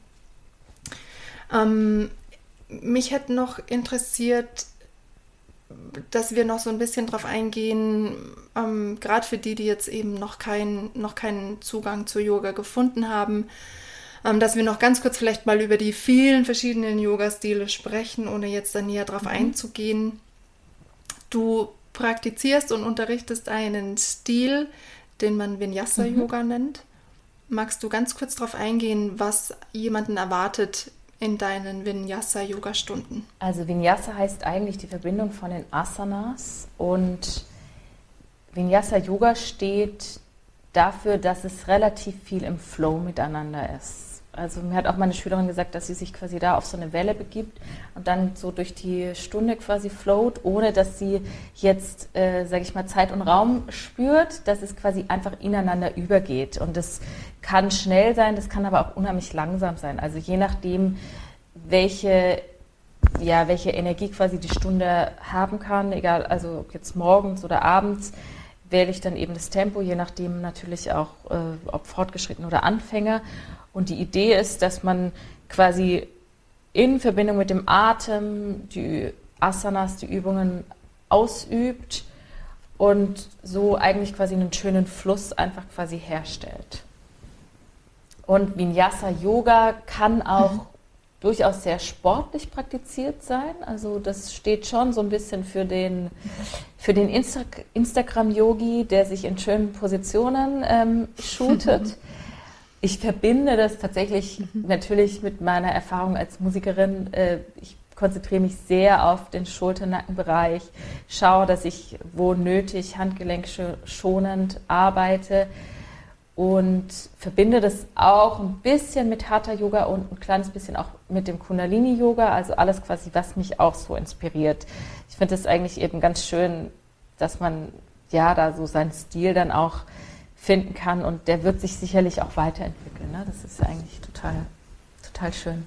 Ähm, mich hätte noch interessiert, dass wir noch so ein bisschen drauf eingehen, ähm, gerade für die, die jetzt eben noch, kein, noch keinen Zugang zu Yoga gefunden haben, ähm, dass wir noch ganz kurz vielleicht mal über die vielen verschiedenen Yoga-Stile sprechen, ohne jetzt da näher drauf mhm. einzugehen. Du praktizierst und unterrichtest einen Stil, den man Vinyasa-Yoga mhm. nennt. Magst du ganz kurz darauf eingehen, was jemanden erwartet in deinen Vinyasa-Yoga-Stunden? Also Vinyasa heißt eigentlich die Verbindung von den Asanas und Vinyasa-Yoga steht dafür, dass es relativ viel im Flow miteinander ist. Also mir hat auch meine Schülerin gesagt, dass sie sich quasi da auf so eine Welle begibt und dann so durch die Stunde quasi float, ohne dass sie jetzt, äh, sage ich mal, Zeit und Raum spürt, dass es quasi einfach ineinander übergeht. Und das kann schnell sein, das kann aber auch unheimlich langsam sein. Also je nachdem, welche, ja, welche Energie quasi die Stunde haben kann, egal, also ob jetzt morgens oder abends, wähle ich dann eben das Tempo, je nachdem natürlich auch, äh, ob fortgeschritten oder Anfänger. Und die Idee ist, dass man quasi in Verbindung mit dem Atem die Asanas, die Übungen ausübt und so eigentlich quasi einen schönen Fluss einfach quasi herstellt. Und Vinyasa-Yoga kann auch mhm. durchaus sehr sportlich praktiziert sein. Also das steht schon so ein bisschen für den, für den Insta- Instagram-Yogi, der sich in schönen Positionen ähm, shootet. Ich verbinde das tatsächlich mhm. natürlich mit meiner Erfahrung als Musikerin. Ich konzentriere mich sehr auf den Schulter-Nackenbereich, schaue, dass ich wo nötig handgelenkschonend arbeite und verbinde das auch ein bisschen mit Hatha-Yoga und ein kleines bisschen auch mit dem Kundalini-Yoga, also alles quasi, was mich auch so inspiriert. Ich finde es eigentlich eben ganz schön, dass man ja da so seinen Stil dann auch finden kann und der wird sich sicherlich auch weiterentwickeln. Ne? Das ist eigentlich total, total schön.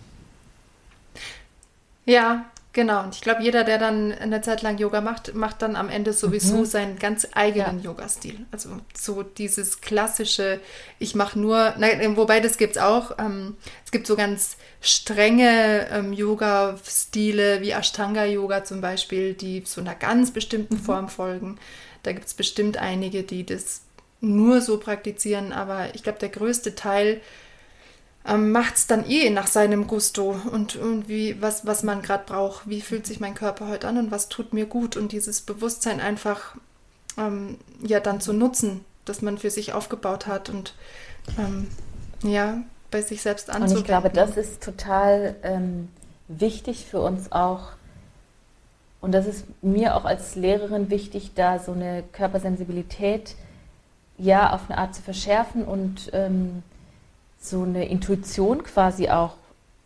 Ja, genau. Und ich glaube, jeder, der dann eine Zeit lang Yoga macht, macht dann am Ende sowieso mhm. seinen ganz eigenen ja. Yoga-Stil. Also so dieses klassische, ich mache nur, na, wobei das gibt es auch, ähm, es gibt so ganz strenge ähm, Yoga-Stile wie Ashtanga-Yoga zum Beispiel, die so einer ganz bestimmten mhm. Form folgen. Da gibt es bestimmt einige, die das nur so praktizieren, aber ich glaube, der größte Teil ähm, macht es dann eh nach seinem Gusto und, und wie, was, was man gerade braucht. Wie fühlt sich mein Körper heute an und was tut mir gut? Und dieses Bewusstsein einfach ähm, ja dann zu nutzen, das man für sich aufgebaut hat und ähm, ja, bei sich selbst anzuwenden. Und ich glaube, das ist total ähm, wichtig für uns auch. Und das ist mir auch als Lehrerin wichtig, da so eine Körpersensibilität ja auf eine Art zu verschärfen und ähm, so eine Intuition quasi auch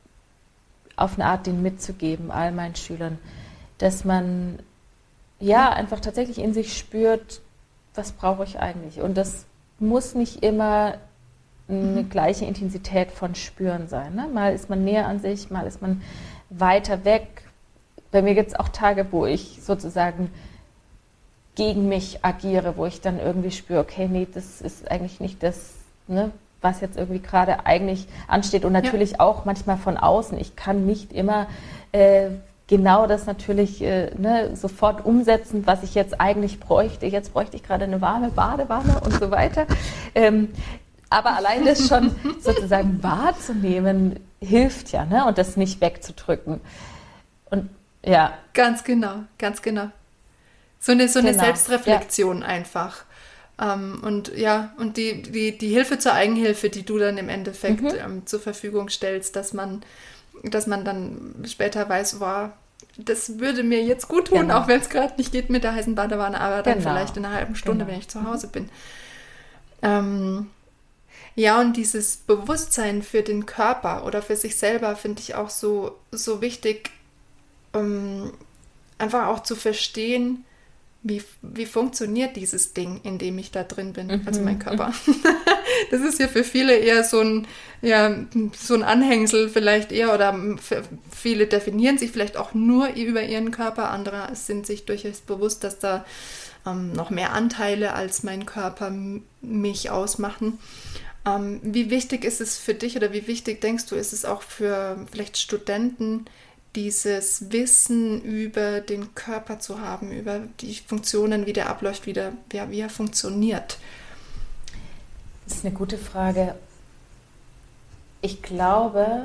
auf eine Art denen mitzugeben, all meinen Schülern, dass man ja einfach tatsächlich in sich spürt, was brauche ich eigentlich? Und das muss nicht immer eine mhm. gleiche Intensität von Spüren sein. Ne? Mal ist man näher an sich, mal ist man weiter weg. Bei mir gibt es auch Tage, wo ich sozusagen gegen mich agiere, wo ich dann irgendwie spüre, okay, nee, das ist eigentlich nicht das, ne, was jetzt irgendwie gerade eigentlich ansteht. Und natürlich ja. auch manchmal von außen. Ich kann nicht immer äh, genau das natürlich äh, ne, sofort umsetzen, was ich jetzt eigentlich bräuchte. Jetzt bräuchte ich gerade eine warme Badewanne und so weiter. Ähm, aber allein das schon sozusagen wahrzunehmen, hilft ja, ne, und das nicht wegzudrücken. Und ja. Ganz genau, ganz genau. So eine, so eine genau. Selbstreflexion ja. einfach. Ähm, und ja, und die, die, die Hilfe zur Eigenhilfe, die du dann im Endeffekt mhm. ähm, zur Verfügung stellst, dass man, dass man dann später weiß, wow, das würde mir jetzt gut tun, Genau. auch wenn es gerade nicht geht mit der heißen Badewanne, aber dann Genau. vielleicht in einer halben Stunde, Genau. wenn ich zu Hause bin. Ähm, ja, und dieses Bewusstsein für den Körper oder für sich selber finde ich auch so, so wichtig, um einfach auch zu verstehen, wie, wie funktioniert dieses Ding, in dem ich da drin bin, Mhm. also mein Körper. Das ist ja für viele eher so ein, ja, so ein Anhängsel vielleicht eher, oder für viele definieren sich vielleicht auch nur über ihren Körper, andere sind sich durchaus bewusst, dass da ähm, noch mehr Anteile als mein Körper m- mich ausmachen. Ähm, wie wichtig ist es für dich oder wie wichtig denkst du, ist es auch für vielleicht Studenten, dieses Wissen über den Körper zu haben, über die Funktionen, wie der abläuft, wie, der, ja, wie er funktioniert? Das ist eine gute Frage. Ich glaube,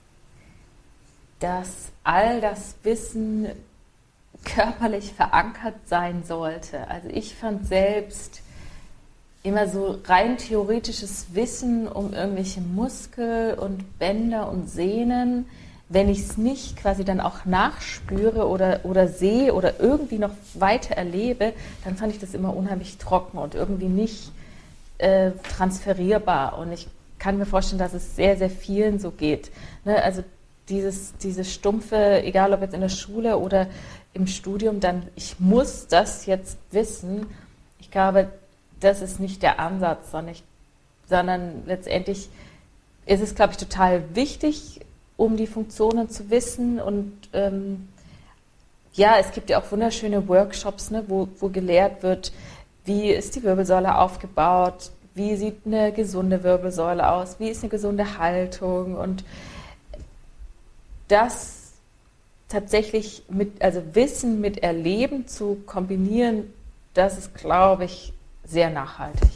dass all das Wissen körperlich verankert sein sollte. Also ich fand selbst immer so rein theoretisches Wissen um irgendwelche Muskel- und Bänder und Sehnen, wenn ich es nicht quasi dann auch nachspüre oder, oder sehe oder irgendwie noch weiter erlebe, dann fand ich das immer unheimlich trocken und irgendwie nicht äh, transferierbar. Und ich kann mir vorstellen, dass es sehr, sehr vielen so geht. Ne? Also dieses, dieses stumpfe, egal ob jetzt in der Schule oder im Studium, dann ich muss das jetzt wissen. Ich glaube, das ist nicht der Ansatz, sondern, ich, sondern letztendlich ist es, glaube ich, total wichtig, um die Funktionen zu wissen. Und ähm, ja, es gibt ja auch wunderschöne Workshops, ne, wo, wo gelehrt wird, wie ist die Wirbelsäule aufgebaut, wie sieht eine gesunde Wirbelsäule aus, wie ist eine gesunde Haltung. Und das tatsächlich mit, also Wissen mit Erleben zu kombinieren, das ist, glaube ich, sehr nachhaltig.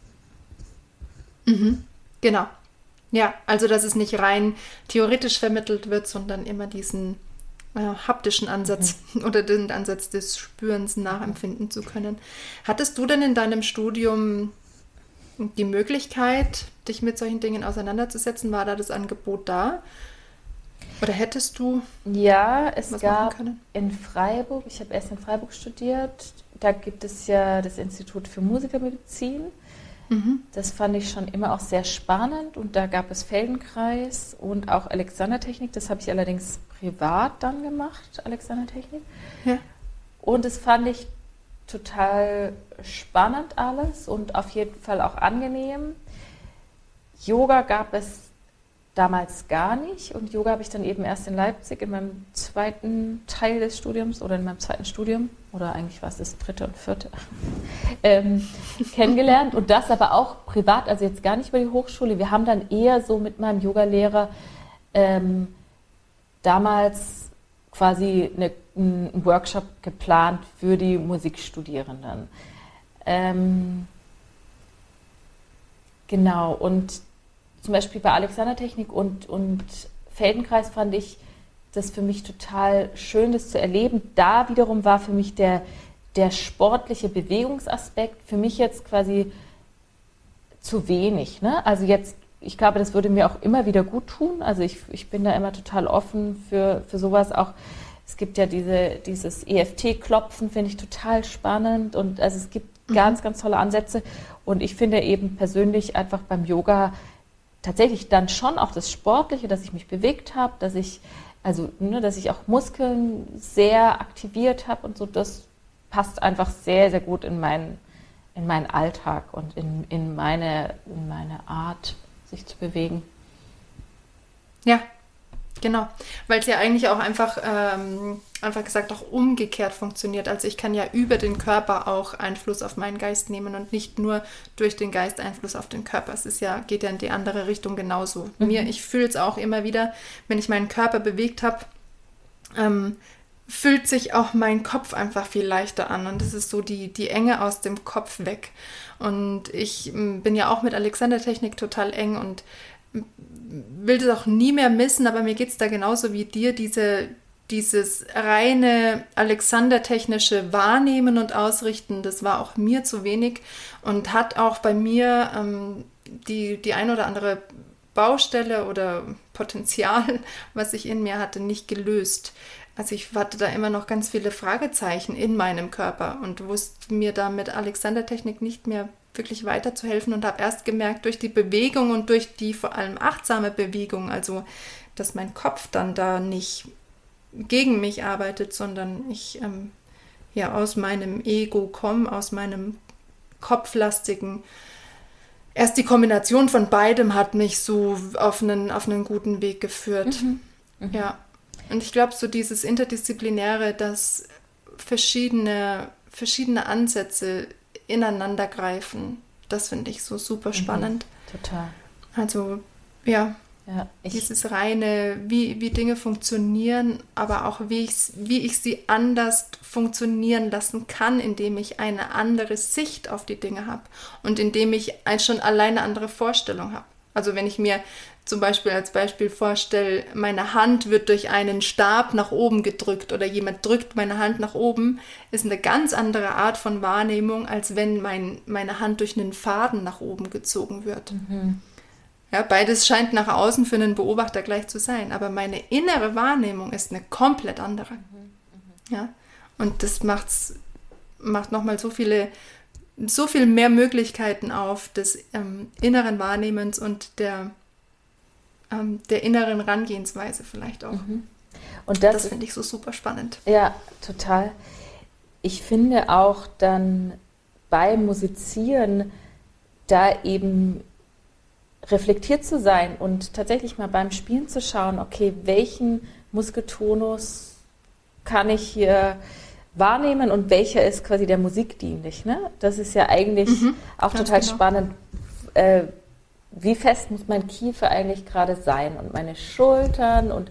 Mhm. Genau. Ja, also dass es nicht rein theoretisch vermittelt wird, sondern immer diesen äh, haptischen Ansatz mhm. oder den Ansatz des Spürens nachempfinden zu können. Hattest du denn in deinem Studium die Möglichkeit, dich mit solchen Dingen auseinanderzusetzen? War da das Angebot da? Oder hättest du Ja, es was machen gab können? in Freiburg, ich habe erst in Freiburg studiert, da gibt es ja das Institut für Musikermedizin. Mhm. Das fand ich schon immer auch sehr spannend und da gab es Feldenkreis und auch Alexandertechnik. Das habe ich allerdings privat dann gemacht, Alexandertechnik. Ja. Und das fand ich total spannend alles und auf jeden Fall auch angenehm. Yoga gab es damals gar nicht und Yoga habe ich dann eben erst in Leipzig in meinem zweiten Teil des Studiums oder in meinem zweiten Studium oder eigentlich war es das dritte und vierte ähm, kennengelernt und das aber auch privat, also jetzt gar nicht über die Hochschule. Wir haben dann eher so mit meinem Yogalehrer ähm, damals quasi eine, einen Workshop geplant für die Musikstudierenden. Ähm, genau, und zum Beispiel bei Alexandertechnik und, und Feldenkreis fand ich das für mich total schön, das zu erleben. Da wiederum war für mich der, der sportliche Bewegungsaspekt für mich jetzt quasi zu wenig. Ne? Also jetzt, ich glaube, das würde mir auch immer wieder gut tun. Also ich, ich bin da immer total offen für, für sowas. Auch es gibt ja diese, dieses E F T-Klopfen, finde ich total spannend. Und also es gibt mhm. ganz, ganz tolle Ansätze. Und ich finde eben persönlich einfach beim Yoga tatsächlich dann schon auch das Sportliche, dass ich mich bewegt habe, dass ich, also, ne, dass ich auch Muskeln sehr aktiviert habe und so, das passt einfach sehr, sehr gut in meinen, in meinen Alltag und in, in, meine, in meine Art, sich zu bewegen. Ja, genau. Weil es ja eigentlich auch einfach, ähm, einfach gesagt auch umgekehrt funktioniert. Also ich kann ja über den Körper auch Einfluss auf meinen Geist nehmen und nicht nur durch den Geist Einfluss auf den Körper. Es ist ja, geht ja in die andere Richtung genauso. Mhm. Mir, ich fühle es auch immer wieder, wenn ich meinen Körper bewegt habe, ähm, fühlt sich auch mein Kopf einfach viel leichter an und es ist so die, die Enge aus dem Kopf weg. Und ich m, bin ja auch mit Alexandertechnik total eng und will das auch nie mehr missen, aber mir geht es da genauso wie dir, diese, dieses reine Alexander-technische Wahrnehmen und Ausrichten, das war auch mir zu wenig und hat auch bei mir ähm, die, die ein oder andere Baustelle oder Potenzial, was ich in mir hatte, nicht gelöst. also ich hatte da immer noch ganz viele Fragezeichen in meinem Körper und wusste mir da mit Alexander-Technik nicht mehr wirklich weiterzuhelfen und habe erst gemerkt, durch die Bewegung und durch die vor allem achtsame Bewegung, also dass mein Kopf dann da nicht gegen mich arbeitet, sondern ich ähm, ja aus meinem Ego komme, aus meinem kopflastigen. Erst die Kombination von beidem hat mich so auf einen, auf einen guten Weg geführt. Mhm. Mhm. Ja. Und ich glaube, so dieses Interdisziplinäre, dass verschiedene, verschiedene Ansätze ineinander greifen, das finde ich so super spannend. Mhm. Total. Also, ja. Ja, ich, Dieses reine, wie, wie Dinge funktionieren, aber auch wie ich, wie ich sie anders funktionieren lassen kann, indem ich eine andere Sicht auf die Dinge habe und indem ich ein, schon alleine eine andere Vorstellung habe. Also wenn ich mir zum Beispiel als Beispiel vorstelle, meine Hand wird durch einen Stab nach oben gedrückt oder jemand drückt meine Hand nach oben, ist eine ganz andere Art von Wahrnehmung, als wenn mein, meine Hand durch einen Faden nach oben gezogen wird. mhm. Ja, beides scheint nach außen für einen Beobachter gleich zu sein, aber meine innere Wahrnehmung ist eine komplett andere. Ja, und das macht's, macht nochmal so viele, so viel mehr Möglichkeiten auf des ähm, inneren Wahrnehmens und der, ähm, der inneren Herangehensweise vielleicht auch. Mhm. Und das, das finde ich so super spannend. Ja, total. Ich finde auch dann beim Musizieren da eben reflektiert zu sein und tatsächlich mal beim Spielen zu schauen, okay, welchen Muskeltonus kann ich hier wahrnehmen und welcher ist quasi der Musik dienlich. Ne? Das ist ja eigentlich mhm, auch total genau. spannend. Äh, wie fest muss mein Kiefer eigentlich gerade sein und meine Schultern und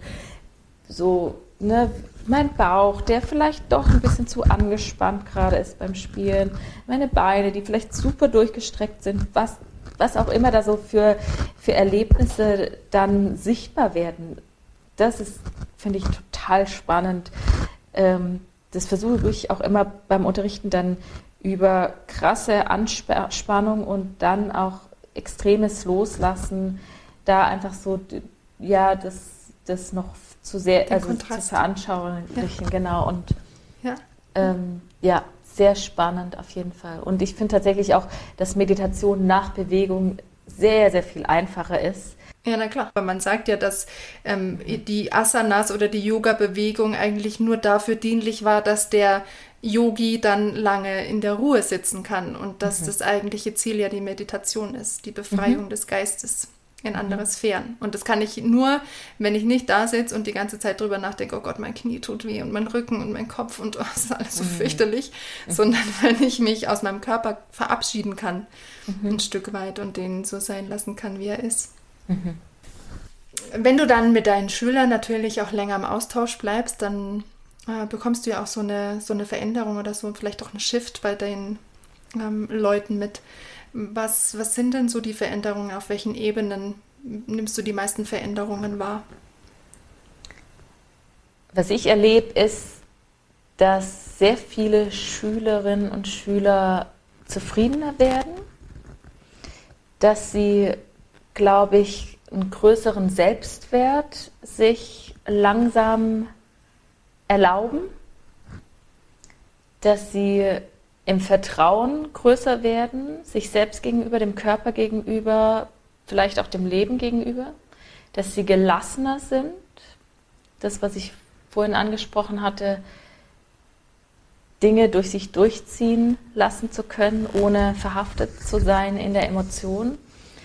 so, ne, mein Bauch, der vielleicht doch ein bisschen zu angespannt gerade ist beim Spielen, meine Beine, die vielleicht super durchgestreckt sind, was was auch immer da so für, für Erlebnisse dann sichtbar werden. Das ist, finde ich, total spannend. Ähm, das versuche ich auch immer beim Unterrichten dann über krasse Anspannung und dann auch extremes Loslassen, da einfach so, ja, das, das noch zu sehr, Den also Kontrast. zu veranschaulichen, Ja. genau. Und Ja. ähm, ja, sehr spannend auf jeden Fall. Und ich finde tatsächlich auch, dass Meditation nach Bewegung sehr, sehr viel einfacher ist. Ja, na klar. Aber man sagt ja, dass ähm, die Asanas oder die Yoga-Bewegung eigentlich nur dafür dienlich war, dass der Yogi dann lange in der Ruhe sitzen kann und dass mhm. das eigentliche Ziel ja die Meditation ist, die Befreiung mhm. des Geistes in andere mhm. Sphären. Und das kann ich nur, wenn ich nicht da sitze und die ganze Zeit drüber nachdenke, oh Gott, mein Knie tut weh und mein Rücken und mein Kopf und oh, das ist alles so mhm. fürchterlich, mhm. sondern wenn ich mich aus meinem Körper verabschieden kann, mhm. ein Stück weit und den so sein lassen kann, wie er ist. Mhm. Wenn du dann mit deinen Schülern natürlich auch länger im Austausch bleibst, dann äh, bekommst du ja auch so eine, so eine Veränderung oder so, vielleicht auch einen Shift bei den ähm, Leuten mit. Was, was sind denn so die Veränderungen? Auf welchen Ebenen nimmst du die meisten Veränderungen wahr? Was ich erlebe, ist, dass sehr viele Schülerinnen und Schüler zufriedener werden, dass sie, glaube ich, einen größeren Selbstwert sich langsam erlauben, dass sie im Vertrauen größer werden, sich selbst gegenüber, dem Körper gegenüber, vielleicht auch dem Leben gegenüber, dass sie gelassener sind, das, was ich vorhin angesprochen hatte, Dinge durch sich durchziehen lassen zu können, ohne verhaftet zu sein in der Emotion,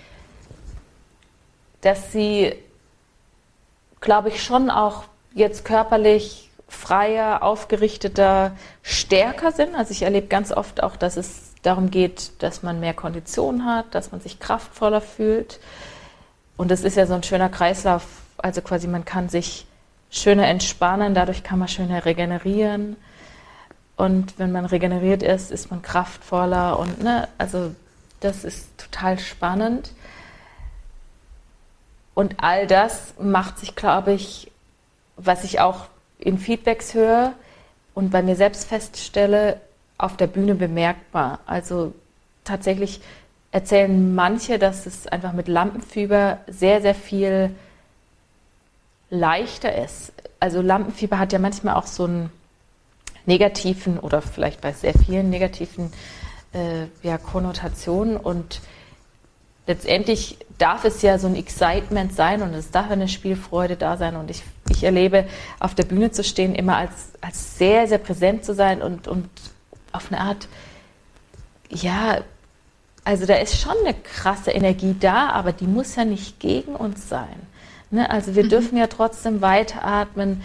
dass sie, glaube ich, schon auch jetzt körperlich freier, aufgerichteter, stärker sind. Also ich erlebe ganz oft auch, dass es darum geht, dass man mehr Kondition hat, dass man sich kraftvoller fühlt. Und das ist ja so ein schöner Kreislauf. Also quasi man kann sich schöner entspannen, dadurch kann man schöner regenerieren. Und wenn man regeneriert ist, ist man kraftvoller. Und ne, also das ist total spannend. Und all das macht sich, glaube ich, was ich auch in Feedbacks höre und bei mir selbst feststelle, auf der Bühne bemerkbar. Also tatsächlich erzählen manche, dass es einfach mit Lampenfieber sehr, sehr viel leichter ist. Also Lampenfieber hat ja manchmal auch so einen negativen oder vielleicht bei sehr vielen negativen äh, ja, Konnotationen und letztendlich darf es ja so ein Excitement sein und es darf eine Spielfreude da sein und ich, ich erlebe, auf der Bühne zu stehen, immer als, als sehr, sehr präsent zu sein und, und auf eine Art, ja, also da ist schon eine krasse Energie da, aber die muss ja nicht gegen uns sein. Ne? Also wir mhm. dürfen ja trotzdem weiteratmen.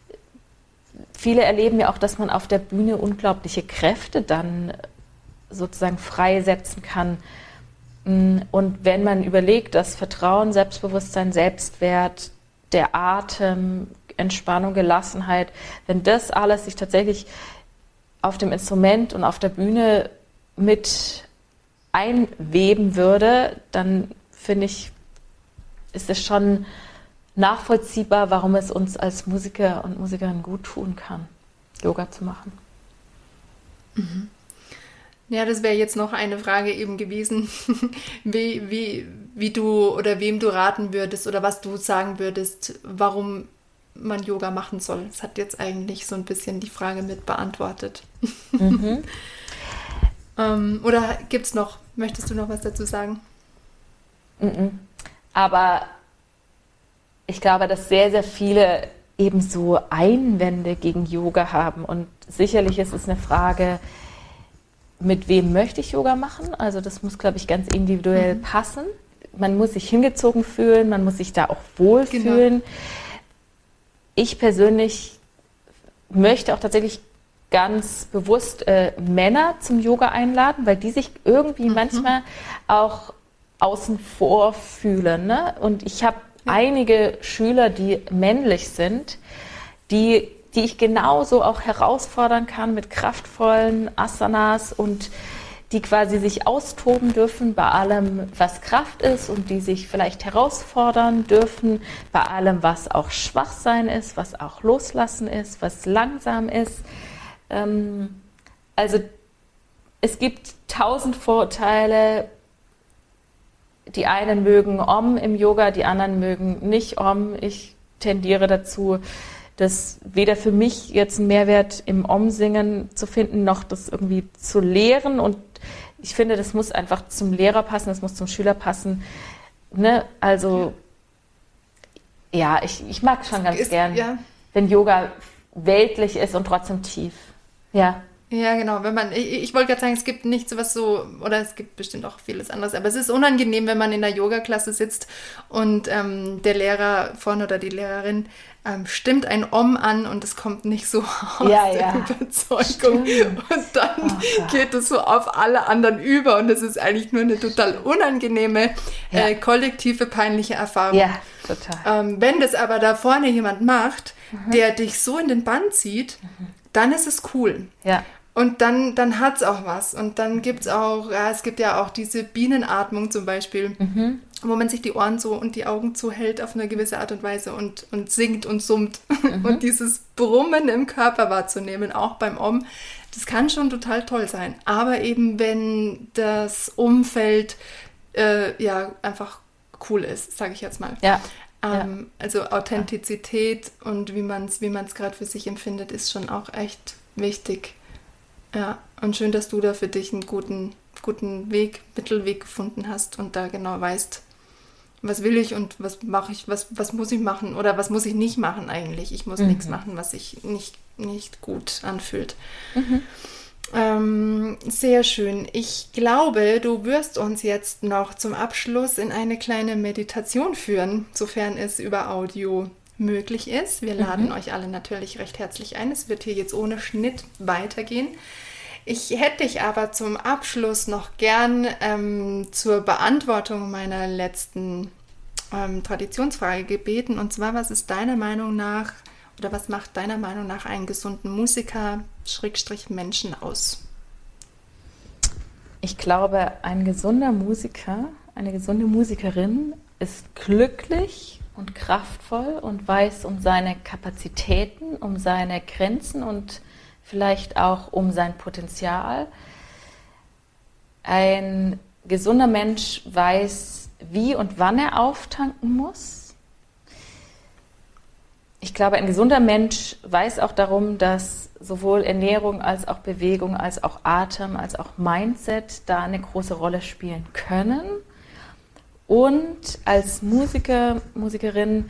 Viele erleben ja auch, dass man auf der Bühne unglaubliche Kräfte dann sozusagen freisetzen kann. Und wenn man überlegt, dass Vertrauen, Selbstbewusstsein, Selbstwert, der Atem, Entspannung, Gelassenheit, wenn das alles sich tatsächlich auf dem Instrument und auf der Bühne mit einweben würde, dann finde ich, ist es schon nachvollziehbar, warum es uns als Musiker und Musikerin gut tun kann, Yoga zu machen. Mhm. Ja, das wäre jetzt noch eine Frage eben gewesen, wie, wie, wie du oder wem du raten würdest oder was du sagen würdest, warum man Yoga machen soll. Das hat jetzt eigentlich so ein bisschen die Frage mit beantwortet. Mhm. ähm, oder gibt es noch, möchtest du noch was dazu sagen? Mhm. Aber ich glaube, dass sehr, sehr viele eben so Einwände gegen Yoga haben und sicherlich ist es eine Frage, mit wem möchte ich Yoga machen? Also das muss, glaube ich, ganz individuell mhm. passen. Man muss sich hingezogen fühlen, man muss sich da auch wohlfühlen. Genau. Ich persönlich möchte auch tatsächlich ganz bewusst äh, Männer zum Yoga einladen, weil die sich irgendwie mhm. manchmal auch außen vor fühlen. Ne? Und ich habe ja. einige Schüler, die männlich sind, die die ich genauso auch herausfordern kann mit kraftvollen Asanas und die quasi sich austoben dürfen bei allem, was Kraft ist und die sich vielleicht herausfordern dürfen bei allem, was auch Schwachsein ist, was auch Loslassen ist, was langsam ist. Ähm, also es gibt tausend Vorurteile. Die einen mögen Om im Yoga, die anderen mögen nicht Om. Ich tendiere dazu, das weder für mich jetzt einen Mehrwert im Om-Singen zu finden, noch das irgendwie zu lehren. Und ich finde, das muss einfach zum Lehrer passen, das muss zum Schüler passen. Ne? Also, ja, ja ich, ich mag schon ganz ist, gern, ja. wenn Yoga weltlich ist und trotzdem tief. Ja. Ja, genau. Wenn man, ich, ich wollte gerade sagen, es gibt nicht so was so, oder es gibt bestimmt auch vieles anderes, aber es ist unangenehm, wenn man in der Yoga-Klasse sitzt und ähm, der Lehrer vorne oder die Lehrerin ähm, stimmt ein Om an und es kommt nicht so aus ja, der ja. Überzeugung. Stimmt. Und dann oh, geht es so auf alle anderen über und es ist eigentlich nur eine total unangenehme, ja. äh, kollektive, peinliche Erfahrung. Ja, total. Ähm, wenn das aber da vorne jemand macht, mhm. der dich so in den Bann zieht, mhm. dann ist es cool. Ja. Und dann, dann hat es auch was. Und dann gibt es auch, ja, es gibt ja auch diese Bienenatmung zum Beispiel, mhm. wo man sich die Ohren so und die Augen zuhält auf eine gewisse Art und Weise und, und singt und summt. Mhm. Und dieses Brummen im Körper wahrzunehmen, auch beim Om, das kann schon total toll sein. Aber eben, wenn das Umfeld äh, ja einfach cool ist, sage ich jetzt mal. Ja. Ähm, ja. Also Authentizität ja. und wie man es wie man es gerade für sich empfindet, ist schon auch echt wichtig. Ja, und schön, dass du da für dich einen guten, guten Weg, Mittelweg gefunden hast und da genau weißt, was will ich und was mache ich, was, was muss ich machen oder was muss ich nicht machen eigentlich. Ich muss mhm. nichts machen, was sich nicht, nicht gut anfühlt. Mhm. Ähm, sehr schön. Ich glaube, du wirst uns jetzt noch zum Abschluss in eine kleine Meditation führen, sofern es über Audio möglich ist. Wir laden mhm. euch alle natürlich recht herzlich ein. Es wird hier jetzt ohne Schnitt weitergehen. Ich hätte dich aber zum Abschluss noch gern ähm, zur Beantwortung meiner letzten ähm, Traditionsfrage gebeten. Und zwar, was ist deiner Meinung nach oder was macht deiner Meinung nach einen gesunden Musiker, Schrägstrich Menschen aus? Ich glaube, ein gesunder Musiker, eine gesunde Musikerin ist glücklich und kraftvoll und weiß um seine Kapazitäten, um seine Grenzen und vielleicht auch um sein Potenzial. Ein gesunder Mensch weiß, wie und wann er auftanken muss. ich glaube, ein gesunder Mensch weiß auch darum, dass sowohl Ernährung als auch Bewegung, als auch Atem, als auch Mindset da eine große Rolle spielen können. Und als Musiker, Musikerin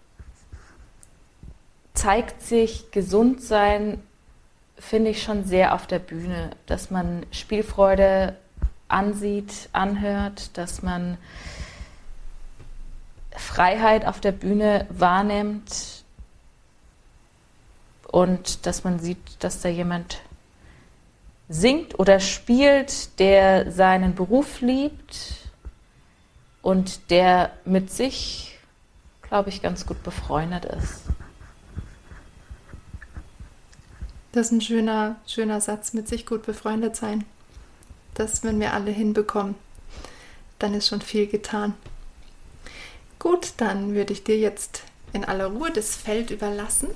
zeigt sich Gesundsein, finde ich, schon sehr auf der Bühne, dass man Spielfreude ansieht, anhört, dass man Freiheit auf der Bühne wahrnimmt und dass man sieht, dass da jemand singt oder spielt, der seinen Beruf liebt und der mit sich, glaube ich, ganz gut befreundet ist. Das ist ein schöner, schöner Satz, mit sich gut befreundet sein. Das, wenn wir alle hinbekommen, dann ist schon viel getan. Gut, dann würde ich dir jetzt in aller Ruhe das Feld überlassen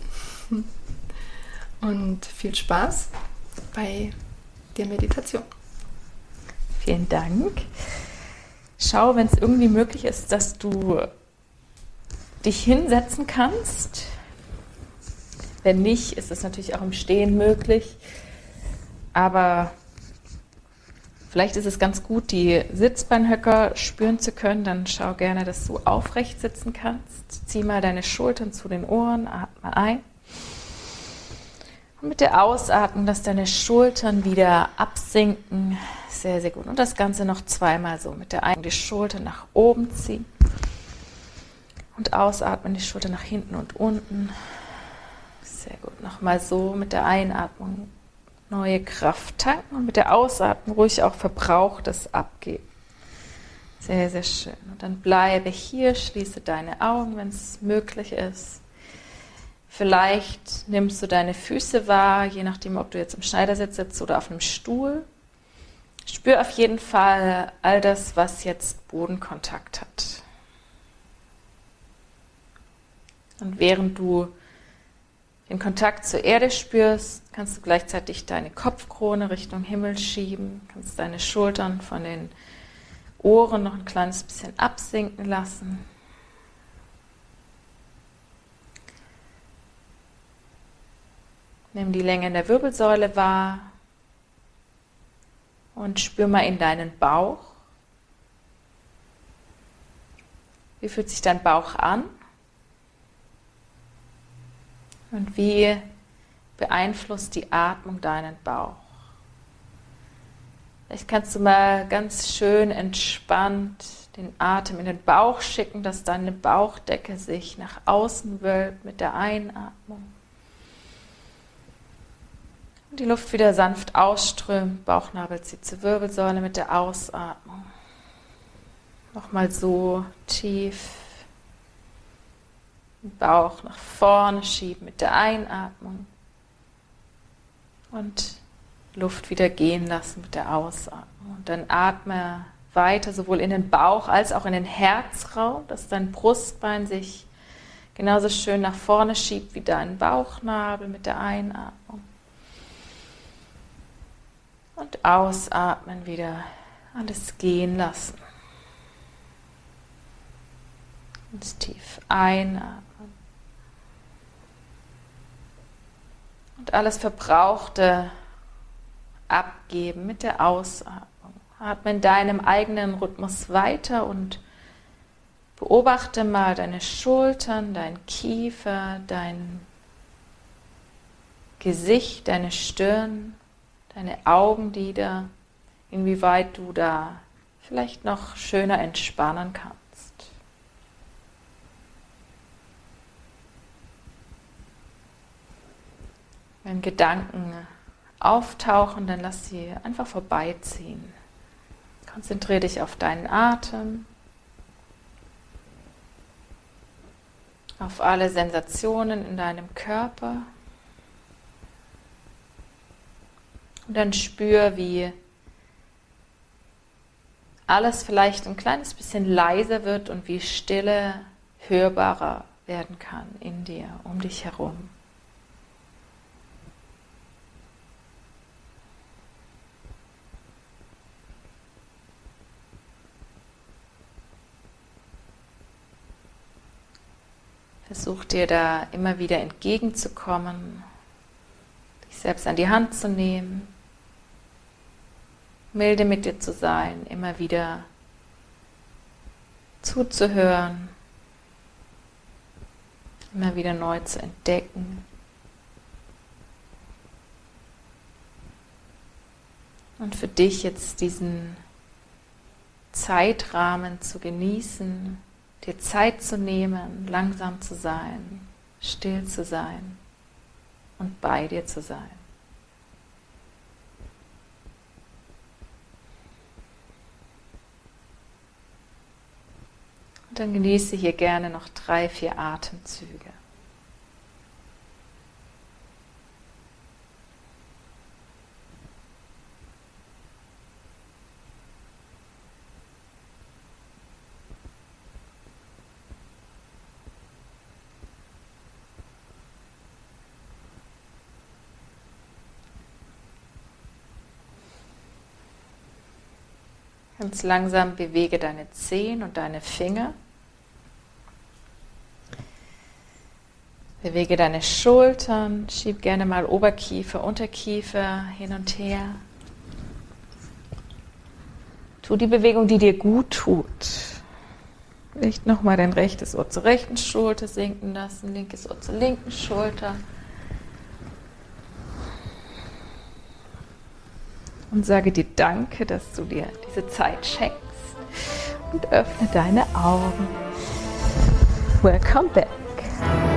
und viel Spaß bei der Meditation. Vielen Dank. Schau, wenn es irgendwie möglich ist, dass du dich hinsetzen kannst. Wenn nicht, ist es natürlich auch im Stehen möglich. Aber vielleicht ist es ganz gut, die Sitzbeinhöcker spüren zu können. Dann schau gerne, dass du aufrecht sitzen kannst. Zieh mal deine Schultern zu den Ohren, atme ein. Und mit der Ausatmung, dass deine Schultern wieder absinken. Sehr, sehr gut. Und das Ganze noch zweimal so. Mit der Ein- die Schultern nach oben ziehen. Und ausatmen, die Schultern nach hinten und unten. Sehr gut. Nochmal so mit der Einatmung neue Kraft tanken und mit der Ausatmung ruhig auch Verbrauchtes abgeben. Sehr, sehr schön. Und dann bleibe hier, schließe deine Augen, wenn es möglich ist. Vielleicht nimmst du deine Füße wahr, je nachdem, ob du jetzt im Schneidersitz sitzt oder auf einem Stuhl. Spür auf jeden Fall all das, was jetzt Bodenkontakt hat. Und während du den Kontakt zur Erde spürst, kannst du gleichzeitig deine Kopfkrone Richtung Himmel schieben, kannst deine Schultern von den Ohren noch ein kleines bisschen absinken lassen. Nimm die Länge in der Wirbelsäule wahr und spür mal in deinen Bauch. Wie fühlt sich dein Bauch an? Und wie beeinflusst die Atmung deinen Bauch? Vielleicht kannst du mal ganz schön entspannt den Atem in den Bauch schicken, dass deine Bauchdecke sich nach außen wölbt mit der Einatmung. Und die Luft wieder sanft ausströmt, Bauchnabel zieht zur Wirbelsäule mit der Ausatmung. Nochmal so tief. Den Bauch nach vorne schieben mit der Einatmung und Luft wieder gehen lassen mit der Ausatmung. Und dann atme weiter, sowohl in den Bauch als auch in den Herzraum, dass dein Brustbein sich genauso schön nach vorne schiebt wie dein Bauchnabel mit der Einatmung. Und ausatmen wieder, alles gehen lassen. Und tief einatmen. Und alles Verbrauchte abgeben mit der Ausatmung. Atme in deinem eigenen Rhythmus weiter und beobachte mal deine Schultern, dein Kiefer, dein Gesicht, deine Stirn, deine Augenlider, inwieweit du da vielleicht noch schöner entspannen kannst. Wenn Gedanken auftauchen, dann lass sie einfach vorbeiziehen. Konzentriere dich auf deinen Atem, auf alle Sensationen in deinem Körper und dann spür, wie alles vielleicht ein kleines bisschen leiser wird und wie Stille hörbarer werden kann in dir, um dich herum. Versuch dir da immer wieder entgegenzukommen, dich selbst an die Hand zu nehmen, milde mit dir zu sein, immer wieder zuzuhören, immer wieder neu zu entdecken. Und für dich jetzt diesen Zeitrahmen zu genießen, dir Zeit zu nehmen, langsam zu sein, still zu sein und bei dir zu sein. Und dann genieße hier gerne noch drei, vier Atemzüge. Ganz langsam bewege deine Zehen und deine Finger. Bewege deine Schultern, schieb gerne mal Oberkiefer, Unterkiefer hin und her. Tu die Bewegung, die dir gut tut. Vielleicht nochmal dein rechtes Ohr zur rechten Schulter sinken lassen, linkes Ohr zur linken Schulter. Und sage dir Danke, dass du dir diese Zeit schenkst. Und öffne deine Augen. Welcome back.